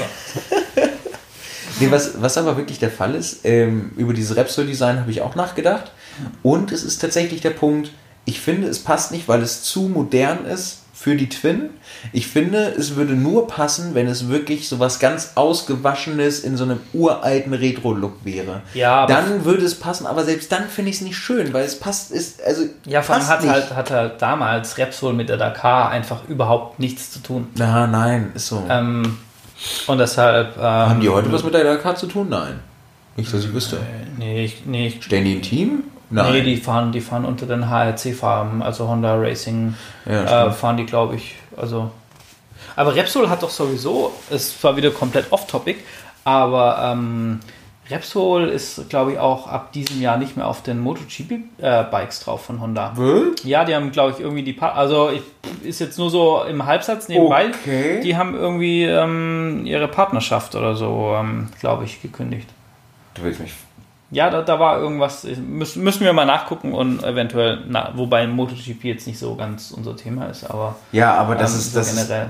Speaker 3: Nee, was aber wirklich der Fall ist, über dieses Repsol-Design habe ich auch nachgedacht. Und es ist tatsächlich der Punkt, ich finde, es passt nicht, weil es zu modern ist für die Twin. Ich finde, es würde nur passen, wenn es wirklich so was ganz Ausgewaschenes in so einem uralten Retro-Look wäre.
Speaker 1: Ja, aber
Speaker 3: dann würde es passen, aber selbst dann finde ich es nicht schön, weil es passt,
Speaker 1: vor allem hat halt damals Repsol mit der Dakar einfach überhaupt nichts zu tun.
Speaker 3: Nein, ist so.
Speaker 1: Und deshalb...
Speaker 3: haben die heute was mit der Dakar zu tun? Nein. Nicht, dass ich wüsste.
Speaker 1: Nee.
Speaker 3: Stellen die im Team?
Speaker 1: Nein. Nee, die fahren unter den HRC-Farben, also Honda Racing fahren die, glaube ich. Also, aber Repsol hat doch sowieso, ist zwar wieder komplett off-topic, aber Repsol ist, glaube ich, auch ab diesem Jahr nicht mehr auf den MotoGP-Bikes drauf von Honda. Ja, die haben, glaube ich, irgendwie ist jetzt nur so im Halbsatz nebenbei.
Speaker 3: Okay.
Speaker 1: Die haben irgendwie ihre Partnerschaft oder so, glaube ich, gekündigt.
Speaker 3: Du willst mich...
Speaker 1: Ja, da war irgendwas, müssen wir mal nachgucken und eventuell, wobei MotoGP jetzt nicht so ganz unser Thema ist, aber...
Speaker 3: Ja, aber das ist...
Speaker 1: So
Speaker 3: das
Speaker 1: generell.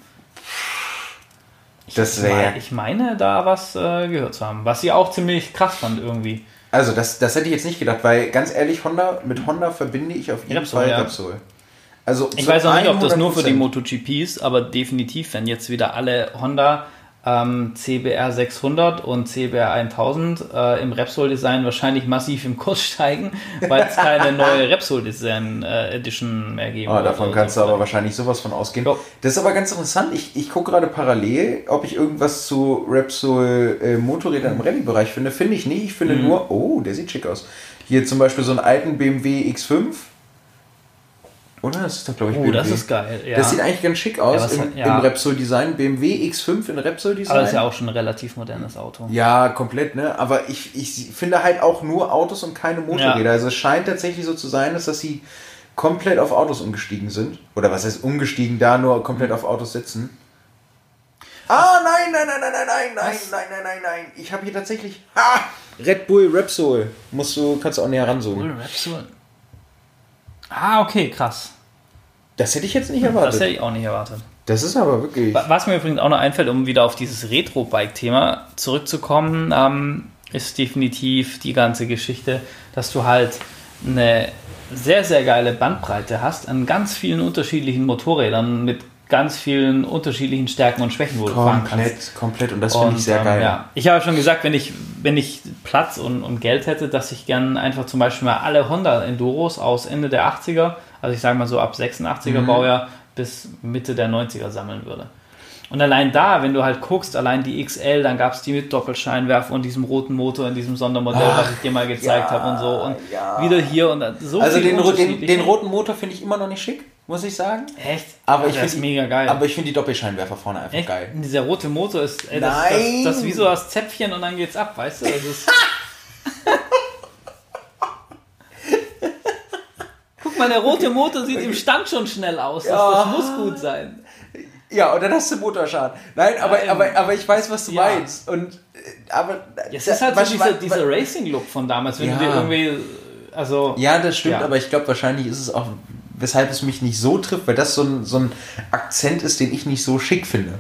Speaker 1: Ich meine, da was gehört zu haben, was sie auch ziemlich krass fand irgendwie.
Speaker 3: Also das hätte ich jetzt nicht gedacht, weil ganz ehrlich, mit Honda verbinde ich auf jeden Fall Repsol. Also
Speaker 1: ich weiß auch nicht, ob das nur für die MotoGP ist, aber definitiv, wenn jetzt wieder alle Honda CBR 600 und CBR 1000 im Repsol-Design wahrscheinlich massiv im Kurs steigen, weil es keine neue Repsol-Design-Edition mehr geben wird.
Speaker 3: Davon kannst du aber wahrscheinlich sowas von ausgehen. So. Das ist aber ganz interessant. Ich gucke gerade parallel, ob ich irgendwas zu Repsol-Motorrädern im Rallye-Bereich finde. Finde ich nicht. Ich finde nur, der sieht schick aus. Hier zum Beispiel so einen alten BMW X5. Oder? Das ist doch, glaube ich, BMW.
Speaker 1: Das ist geil. Ja.
Speaker 3: Das sieht eigentlich ganz schick aus im Repsol-Design. BMW X5 in Repsol-Design.
Speaker 1: Aber das ist ja auch schon ein relativ modernes Auto.
Speaker 3: Ja, komplett, ne? Aber ich finde halt auch nur Autos und keine Motorräder. Ja. Also es scheint tatsächlich so zu sein, dass sie komplett auf Autos umgestiegen sind. Oder was heißt umgestiegen, da nur komplett auf Autos sitzen. Nein. Ich habe hier tatsächlich... Red Bull Repsol. Kannst du auch näher ranzoomen.
Speaker 1: Red Bull Repsol. Okay, krass.
Speaker 3: Das hätte ich jetzt nicht erwartet.
Speaker 1: Das hätte ich auch nicht erwartet.
Speaker 3: Das ist aber wirklich...
Speaker 1: Was mir übrigens auch noch einfällt, um wieder auf dieses Retro-Bike-Thema zurückzukommen, ist definitiv die ganze Geschichte, dass du halt eine sehr, sehr geile Bandbreite hast an ganz vielen unterschiedlichen Motorrädern mit ganz vielen unterschiedlichen Stärken und Schwächen, wo du fahren kannst.
Speaker 3: Komplett. Und das finde ich sehr geil.
Speaker 1: Ja. Ich habe schon gesagt, wenn ich Platz und Geld hätte, dass ich gern einfach zum Beispiel mal alle Honda Enduros aus Ende der 80er, also ich sage mal so ab 86er Baujahr bis Mitte der 90er sammeln würde. Und allein da, wenn du halt guckst, allein die XL, dann gab es die mit Doppelscheinwerfer und diesem roten Motor in diesem Sondermodell, was ich dir mal gezeigt habe und so. Und wieder hier und so.
Speaker 3: Also den roten Motor finde ich immer noch nicht schick, muss ich sagen.
Speaker 1: Echt?
Speaker 3: Aber ich finde
Speaker 1: mega geil.
Speaker 3: Aber ich finde die Doppelscheinwerfer vorne einfach geil.
Speaker 1: Dieser rote Motor ist das ist wie so das Zäpfchen und dann geht's ab, weißt du? Das ist Guck mal, der rote Motor sieht im Stand schon schnell aus. Das muss gut sein.
Speaker 3: Ja, und dann hast du Motorschaden. Nein, aber ich weiß, was du meinst. Und,
Speaker 1: es ist halt so dieser Racing-Look von damals, wenn du dir irgendwie... Also,
Speaker 3: ja, das stimmt, aber ich glaube, wahrscheinlich ist es auch weshalb es mich nicht so trifft, weil das so ein Akzent ist, den ich nicht so schick finde.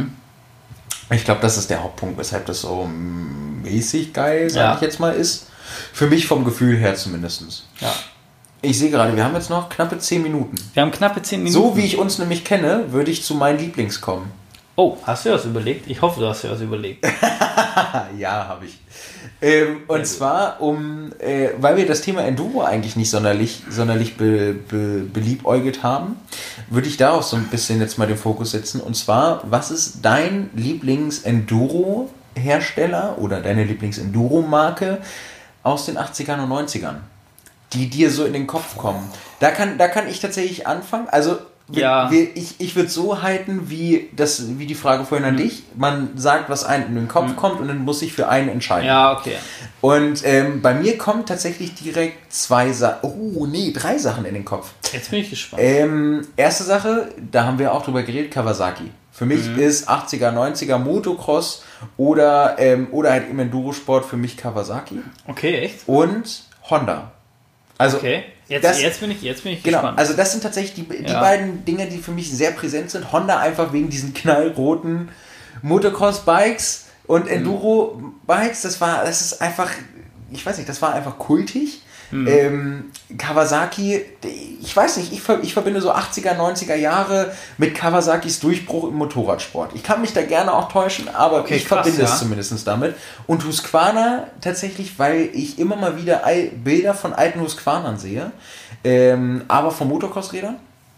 Speaker 3: Ich glaube, das ist der Hauptpunkt, weshalb das so mäßig geil, sage ich jetzt mal, ist. Für mich vom Gefühl her zumindest.
Speaker 1: Ja.
Speaker 3: Ich sehe gerade, wir haben jetzt noch knappe 10 Minuten.
Speaker 1: Wir haben knappe 10 Minuten.
Speaker 3: So wie ich uns nämlich kenne, würde ich zu meinen Lieblings kommen.
Speaker 1: Oh, hast du das überlegt? Ich hoffe, du hast dir das überlegt.
Speaker 3: Ja, habe ich. Und zwar, weil wir das Thema Enduro eigentlich nicht sonderlich beliebäugelt haben, würde ich darauf so ein bisschen jetzt mal den Fokus setzen. Und zwar, was ist dein Lieblings-Enduro-Hersteller oder deine Lieblings-Enduro-Marke aus den 80ern und 90ern, die dir so in den Kopf kommen? Da kann ich tatsächlich anfangen. Also ich würde so halten, wie die Frage vorhin an dich. Man sagt, was einem in den Kopf kommt und dann muss ich für einen entscheiden.
Speaker 1: Ja, okay.
Speaker 3: Und bei mir kommen tatsächlich direkt drei Sachen in den Kopf.
Speaker 1: Jetzt bin ich gespannt.
Speaker 3: Erste Sache, da haben wir auch drüber geredet, Kawasaki. Für mich ist 80er, 90er Motocross oder halt im Endurosport für mich Kawasaki.
Speaker 1: Okay, echt?
Speaker 3: Und Honda. Also
Speaker 1: okay. Jetzt bin ich gespannt.
Speaker 3: Also das sind tatsächlich die beiden Dinge, die für mich sehr präsent sind. Honda einfach wegen diesen knallroten Motocross-Bikes und Enduro-Bikes. Das ist einfach, ich weiß nicht, das war einfach kultig. Kawasaki, ich weiß nicht, ich verbinde so 80er, 90er Jahre mit Kawasakis Durchbruch im Motorradsport. Ich kann mich da gerne auch täuschen, aber ich verbinde es zumindest damit. Und Husqvarna tatsächlich, weil ich immer mal wieder Bilder von alten Husqvarnern sehe, aber von Motocross-Rädern.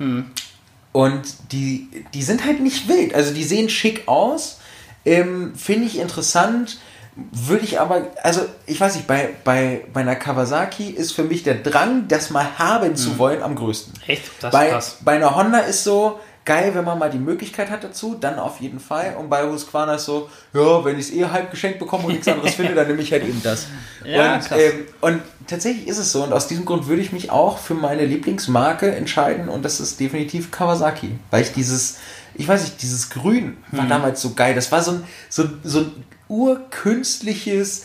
Speaker 3: Und die sind halt nicht wild, also die sehen schick aus, finde ich interessant. Würde ich aber, also ich weiß nicht, bei einer Kawasaki ist für mich der Drang, das mal haben zu wollen, am größten.
Speaker 1: Echt? Das ist krass.
Speaker 3: Bei einer Honda ist so, geil, wenn man mal die Möglichkeit hat dazu, dann auf jeden Fall. Und bei Husqvarna ist so, ja, wenn ich es halb geschenkt bekomme und nichts anderes finde, dann nehme ich halt eben das.
Speaker 1: Ja,
Speaker 3: und tatsächlich ist es so. Und aus diesem Grund würde ich mich auch für meine Lieblingsmarke entscheiden. Und das ist definitiv Kawasaki. Weil ich dieses Grün war damals so geil. Das war so ein urkünstliches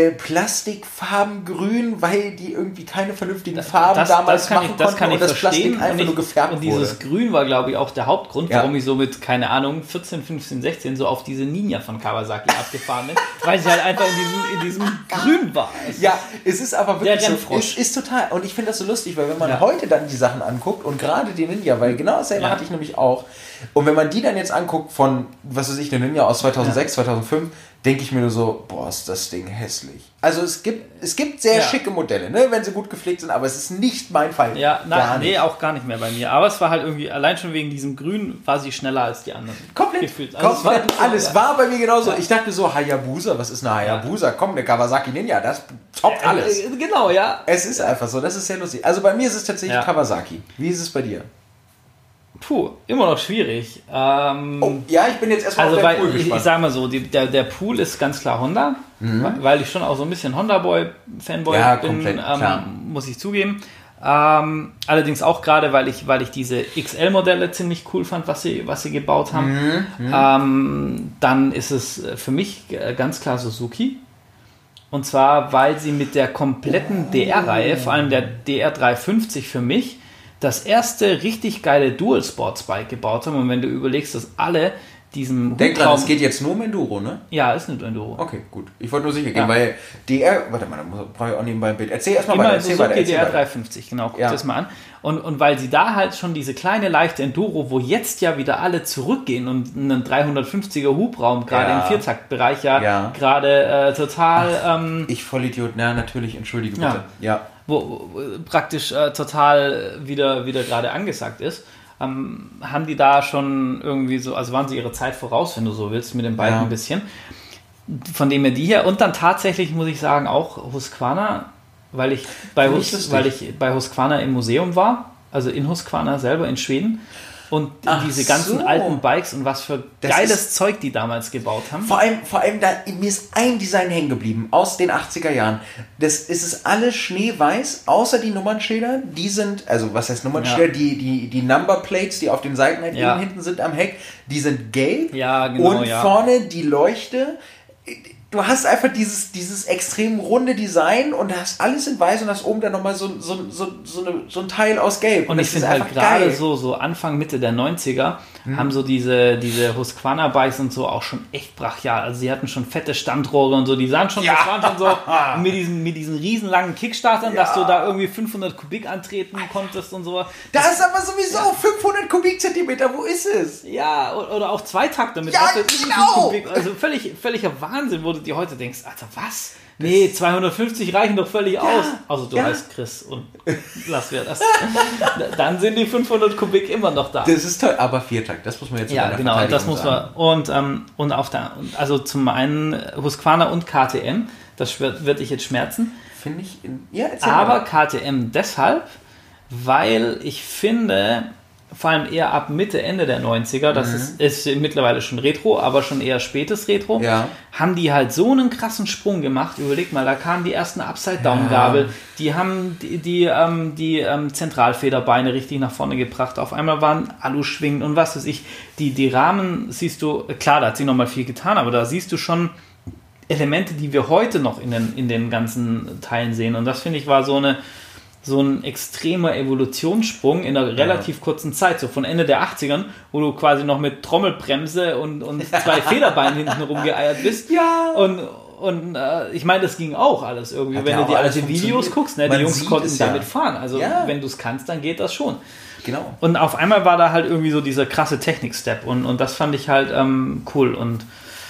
Speaker 3: Plastikfarbengrün, weil die irgendwie keine vernünftigen Farben damals machen konnten.
Speaker 1: Das kann ich
Speaker 3: das
Speaker 1: verstehen.
Speaker 3: Plastik einfach nur gefärbt
Speaker 1: wurde. Und dieses Grün war, glaube ich, auch der Hauptgrund, warum ich so mit, keine Ahnung, 14, 15, 16 so auf diese Ninja von Kawasaki abgefahren bin, weil sie halt einfach in diesem Grün war.
Speaker 3: Ja, es ist aber wirklich so. Ist total. Und ich finde das so lustig, weil wenn man heute dann die Sachen anguckt und gerade die Ninja, weil genau dasselbe hatte ich nämlich auch. Und wenn man die dann jetzt anguckt von, was weiß ich, eine Ninja aus 2006, 2005, denke ich mir nur so, boah, ist das Ding hässlich. Also es gibt sehr schicke Modelle, ne, wenn sie gut gepflegt sind, aber es ist nicht mein Fall.
Speaker 1: Ja, auch gar nicht mehr bei mir. Aber es war halt irgendwie, allein schon wegen diesem Grün war sie schneller als die anderen.
Speaker 3: Komplett.
Speaker 1: Gefühlt. Also
Speaker 3: alles war bei mir genauso. Ich dachte so, Hayabusa, was ist eine Hayabusa? Komm, der Kawasaki Ninja, das toppt alles.
Speaker 1: Genau, ja.
Speaker 3: Es ist einfach so, das ist sehr lustig. Also bei mir ist es tatsächlich Kawasaki. Wie ist es bei dir?
Speaker 1: Puh, immer noch schwierig.
Speaker 3: Ich bin jetzt erstmal auf den Pool gespannt.
Speaker 1: Ich sag mal so, der Pool ist ganz klar Honda, weil ich schon auch so ein bisschen Honda-Fanboy bin,
Speaker 3: komplett,
Speaker 1: muss ich zugeben. Allerdings auch gerade, weil ich diese XL-Modelle ziemlich cool fand, was sie gebaut haben. Dann ist es für mich ganz klar Suzuki. Und zwar, weil sie mit der kompletten DR-Reihe, vor allem der DR350 für mich, das erste richtig geile Dual-Sports-Bike gebaut haben. Und wenn du überlegst, dass alle diesem
Speaker 3: Denk dran, es geht jetzt nur um Enduro, ne?
Speaker 1: Ja, ist nicht Enduro.
Speaker 3: Okay, gut. Ich wollte nur sicher gehen, weil DR... Warte mal, da brauche ich auch nebenbei ein Bild. Erzähl erstmal weiter.
Speaker 1: DR350, genau. Guck das mal an. Und weil sie da halt schon diese kleine, leichte Enduro, wo jetzt ja wieder alle zurückgehen und einen 350er Hubraum, gerade im Viertaktbereich gerade total...
Speaker 3: ich Vollidiot, natürlich, entschuldige bitte. Ja.
Speaker 1: Wo praktisch total wieder gerade angesagt ist, haben die da schon irgendwie so, also waren sie ihre Zeit voraus, wenn du so willst, mit den beiden ein bisschen. Von dem her die hier. Und dann tatsächlich, muss ich sagen, auch Husqvarna, weil ich bei Husqvarna im Museum war, also in Husqvarna selber in Schweden. Und diese ganzen alten Bikes und was für geiles Zeug die damals gebaut haben.
Speaker 3: Vor allem mir ist ein Design hängen geblieben aus den 80er Jahren. Es ist alles schneeweiß, außer die Nummernschilder. Die sind, also was heißt Nummernschilder? Die Number Plates, die auf den Seiten hinten sind am Heck, die sind gelb.
Speaker 1: Ja, genau,
Speaker 3: und vorne die Leuchte. du hast einfach dieses extrem runde Design und hast alles in weiß und hast oben dann nochmal so ein Teil aus Gelb.
Speaker 1: Und ich finde halt gerade so Anfang, Mitte der 90er haben so diese Husqvarna-Bikes und so auch schon echt brachial. Also sie hatten schon fette Standrohre und so, die sahen schon, das waren schon so mit diesen riesenlangen Kickstartern, dass du da irgendwie 500 Kubik antreten konntest und so.
Speaker 3: Da ist aber sowieso 500 Kubikzentimeter, wo ist es?
Speaker 1: Ja, oder auch Zweitakter mit Kubik. Also völliger Wahnsinn, wo du dir heute denkst, Alter, was? Nee, 250 reichen doch völlig aus. Also du heißt Chris und lass wir das. Dann sind die 500 Kubik immer noch da.
Speaker 3: Das ist toll, aber Viertakt, das muss man jetzt
Speaker 1: ja, genau, das muss man. Und also zum einen Husqvarna und KTM, das wird dich jetzt schmerzen.
Speaker 3: Finde ich,
Speaker 1: aber KTM deshalb, weil ich finde, vor allem eher ab Mitte, Ende der 90er, das ist mittlerweile schon Retro, aber schon eher spätes Retro, haben die halt so einen krassen Sprung gemacht. Überleg mal, da kamen die ersten Upside-Down-Gabel, die haben die Zentralfederbeine richtig nach vorne gebracht. Auf einmal waren Aluschwingen und was weiß ich. Die Rahmen siehst du, klar, da hat sich nochmal viel getan, aber da siehst du schon Elemente, die wir heute noch in den ganzen Teilen sehen. Und das, finde ich, war so ein extremer Evolutionssprung in einer relativ kurzen Zeit, so von Ende der 80ern, wo du quasi noch mit Trommelbremse und 2 Federbeinen hinten rumgeeiert bist. Ja. Und ich meine, das ging auch alles irgendwie. Wenn du dir alte Videos guckst, ne, die Jungs konnten damit fahren. Also wenn du es kannst, dann geht das schon.
Speaker 3: Genau.
Speaker 1: Und auf einmal war da halt irgendwie so dieser krasse Technik-Step und das fand ich halt cool. Und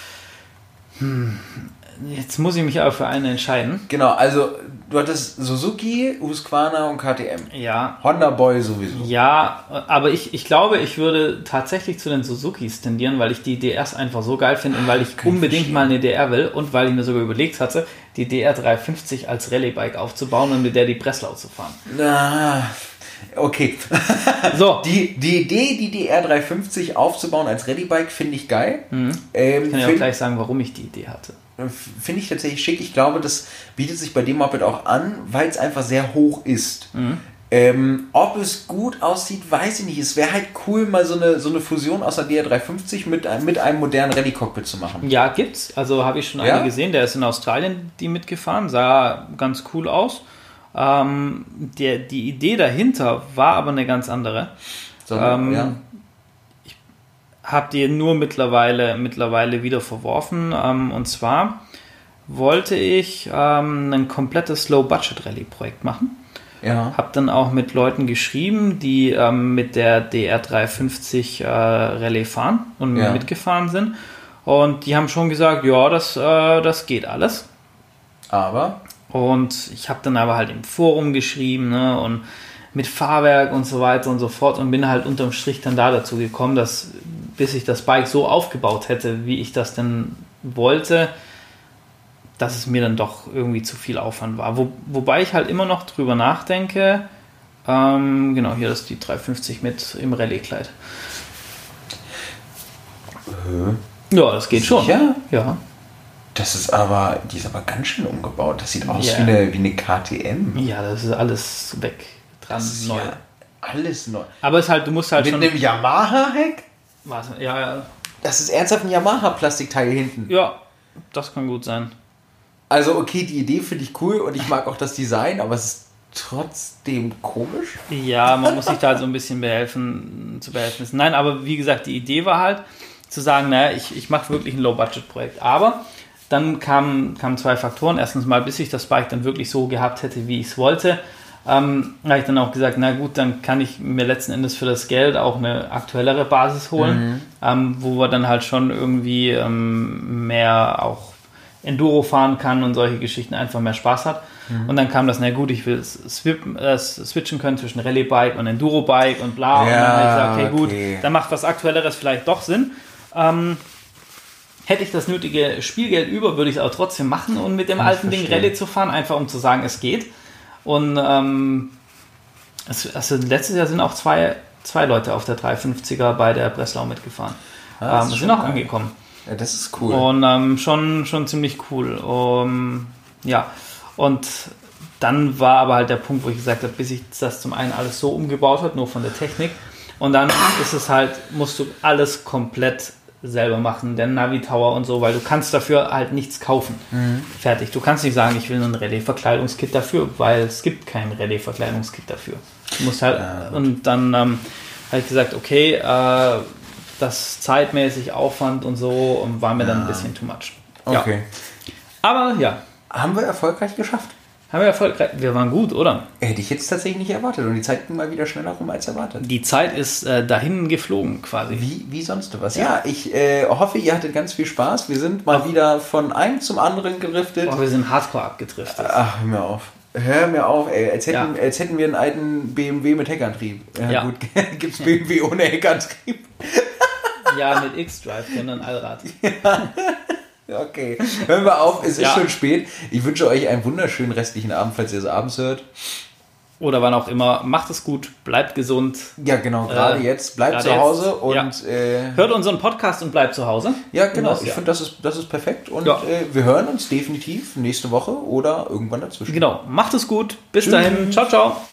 Speaker 1: jetzt muss ich mich aber für einen entscheiden.
Speaker 3: Genau, also du hattest Suzuki, Husqvarna und KTM.
Speaker 1: Ja.
Speaker 3: Honda Boy sowieso.
Speaker 1: Ja, aber ich glaube, ich würde tatsächlich zu den Suzukis tendieren, weil ich die DRs einfach so geil finde und weil ich unbedingt mal eine DR will und weil ich mir sogar überlegt hatte, die DR 350 als Rallye-Bike aufzubauen und mit der die Breslau zu fahren.
Speaker 3: Okay.
Speaker 1: So.
Speaker 3: Die Idee, die DR 350 aufzubauen als Rallye-Bike, finde ich geil.
Speaker 1: Ich kann ja auch gleich sagen, warum ich die Idee hatte.
Speaker 3: Finde ich tatsächlich schick. Ich glaube, das bietet sich bei dem Moped auch an, weil es einfach sehr hoch ist. Ob es gut aussieht, weiß ich nicht. Es wäre halt cool, mal so eine Fusion aus der DR 350 mit einem modernen Rallye-Cockpit zu machen.
Speaker 1: Ja, gibt's. Also habe ich schon eine gesehen. Der ist in Australien die mitgefahren. Sah ganz cool aus. Die Idee dahinter war aber eine ganz andere. Ich habe die nur mittlerweile wieder verworfen. Und zwar wollte ich ein komplettes Low-Budget-Rallye-Projekt machen.
Speaker 3: Ja.
Speaker 1: Habe dann auch mit Leuten geschrieben, die mit der DR 350 Rallye fahren und mitgefahren sind. Und die haben schon gesagt, ja, das geht alles. Und ich habe dann aber halt im Forum geschrieben, ne, und mit Fahrwerk und so weiter und so fort und bin halt unterm Strich dann dazu gekommen, dass bis ich das Bike so aufgebaut hätte, wie ich das denn wollte, dass es mir dann doch irgendwie zu viel Aufwand war. Wobei ich halt immer noch drüber nachdenke, genau, hier ist die 350 mit im Rallye-Kleid. Ja, das geht schon. Ja.
Speaker 3: Die ist aber ganz schön umgebaut. Das sieht aus wie eine KTM.
Speaker 1: Ja, das ist alles weg. Neu.
Speaker 3: Ja alles neu.
Speaker 1: Aber es halt, du musst halt
Speaker 3: mit
Speaker 1: schon...
Speaker 3: einem Yamaha-Heck?
Speaker 1: Was? Ja.
Speaker 3: Das ist ernsthaft ein Yamaha-Plastikteil hinten.
Speaker 1: Ja, das kann gut sein.
Speaker 3: Also okay, die Idee finde ich cool und ich mag auch das Design, aber es ist trotzdem komisch.
Speaker 1: Ja, man muss sich da halt so ein bisschen behelfen. Nein, aber wie gesagt, die Idee war halt zu sagen, naja, ich mache wirklich ein Low-Budget-Projekt. Aber dann kamen 2 Faktoren. Erstens mal, bis ich das Bike dann wirklich so gehabt hätte, wie ich es wollte, habe ich dann auch gesagt, na gut, dann kann ich mir letzten Endes für das Geld auch eine aktuellere Basis holen, wo wir dann halt schon irgendwie mehr auch Enduro fahren kann und solche Geschichten einfach mehr Spaß hat. Und dann kam das, na gut, ich will switchen können zwischen Rallye-Bike und Enduro-Bike und bla. Und dann habe ich gesagt, okay, gut, dann macht was Aktuelleres vielleicht doch Sinn. Hätte ich das nötige Spielgeld über, würde ich es auch trotzdem machen und mit dem alten Ding Rallye zu fahren, einfach um zu sagen, es geht. Und letztes Jahr sind auch zwei Leute auf der 350er bei der Breslau mitgefahren. Sind auch angekommen.
Speaker 3: Ja, das ist cool.
Speaker 1: Und schon ziemlich cool. Ja, und dann war aber halt der Punkt, wo ich gesagt habe, bis ich das zum einen alles so umgebaut habe, nur von der Technik. Und dann ist es halt, musst du alles komplett selber machen, den Navi-Tower und so, weil du kannst dafür halt nichts kaufen. Fertig. Du kannst nicht sagen, ich will ein Relais-Verkleidungskit dafür, weil es gibt kein Relais-Verkleidungskit dafür. Du musst halt, und dann habe ich gesagt, okay, das zeitmäßig Aufwand und so und war mir dann ein bisschen too much.
Speaker 3: Okay.
Speaker 1: Ja. Aber ja.
Speaker 3: Haben wir erfolgreich geschafft.
Speaker 1: Wir waren gut, oder?
Speaker 3: Hätte ich jetzt tatsächlich nicht erwartet. Und die Zeit ging mal wieder schneller rum als erwartet.
Speaker 1: Die Zeit ist dahin geflogen quasi.
Speaker 3: Wie sonst was. Ja, ich hoffe, ihr hattet ganz viel Spaß. Wir sind mal wieder von einem zum anderen gedriftet.
Speaker 1: Wir sind hardcore abgedriftet.
Speaker 3: Ach, hör mir auf, ey. Als hätten wir einen alten BMW mit Heckantrieb. Ja. Gut, gibt's BMW ohne Heckantrieb?
Speaker 1: Ja, mit X-Drive, sondern Allrad.
Speaker 3: Ja. Okay, hören wir auf, es ist schon spät. Ich wünsche euch einen wunderschönen restlichen Abend, falls ihr es abends hört.
Speaker 1: Oder wann auch immer. Macht es gut, bleibt gesund.
Speaker 3: Ja, genau, gerade jetzt. Bleibt zu Hause und
Speaker 1: hört unseren Podcast und bleibt zu Hause.
Speaker 3: Ja, genau. Ich finde, das ist perfekt. Und wir hören uns definitiv nächste Woche oder irgendwann dazwischen.
Speaker 1: Genau, macht es gut. Bis dahin. Ciao, ciao.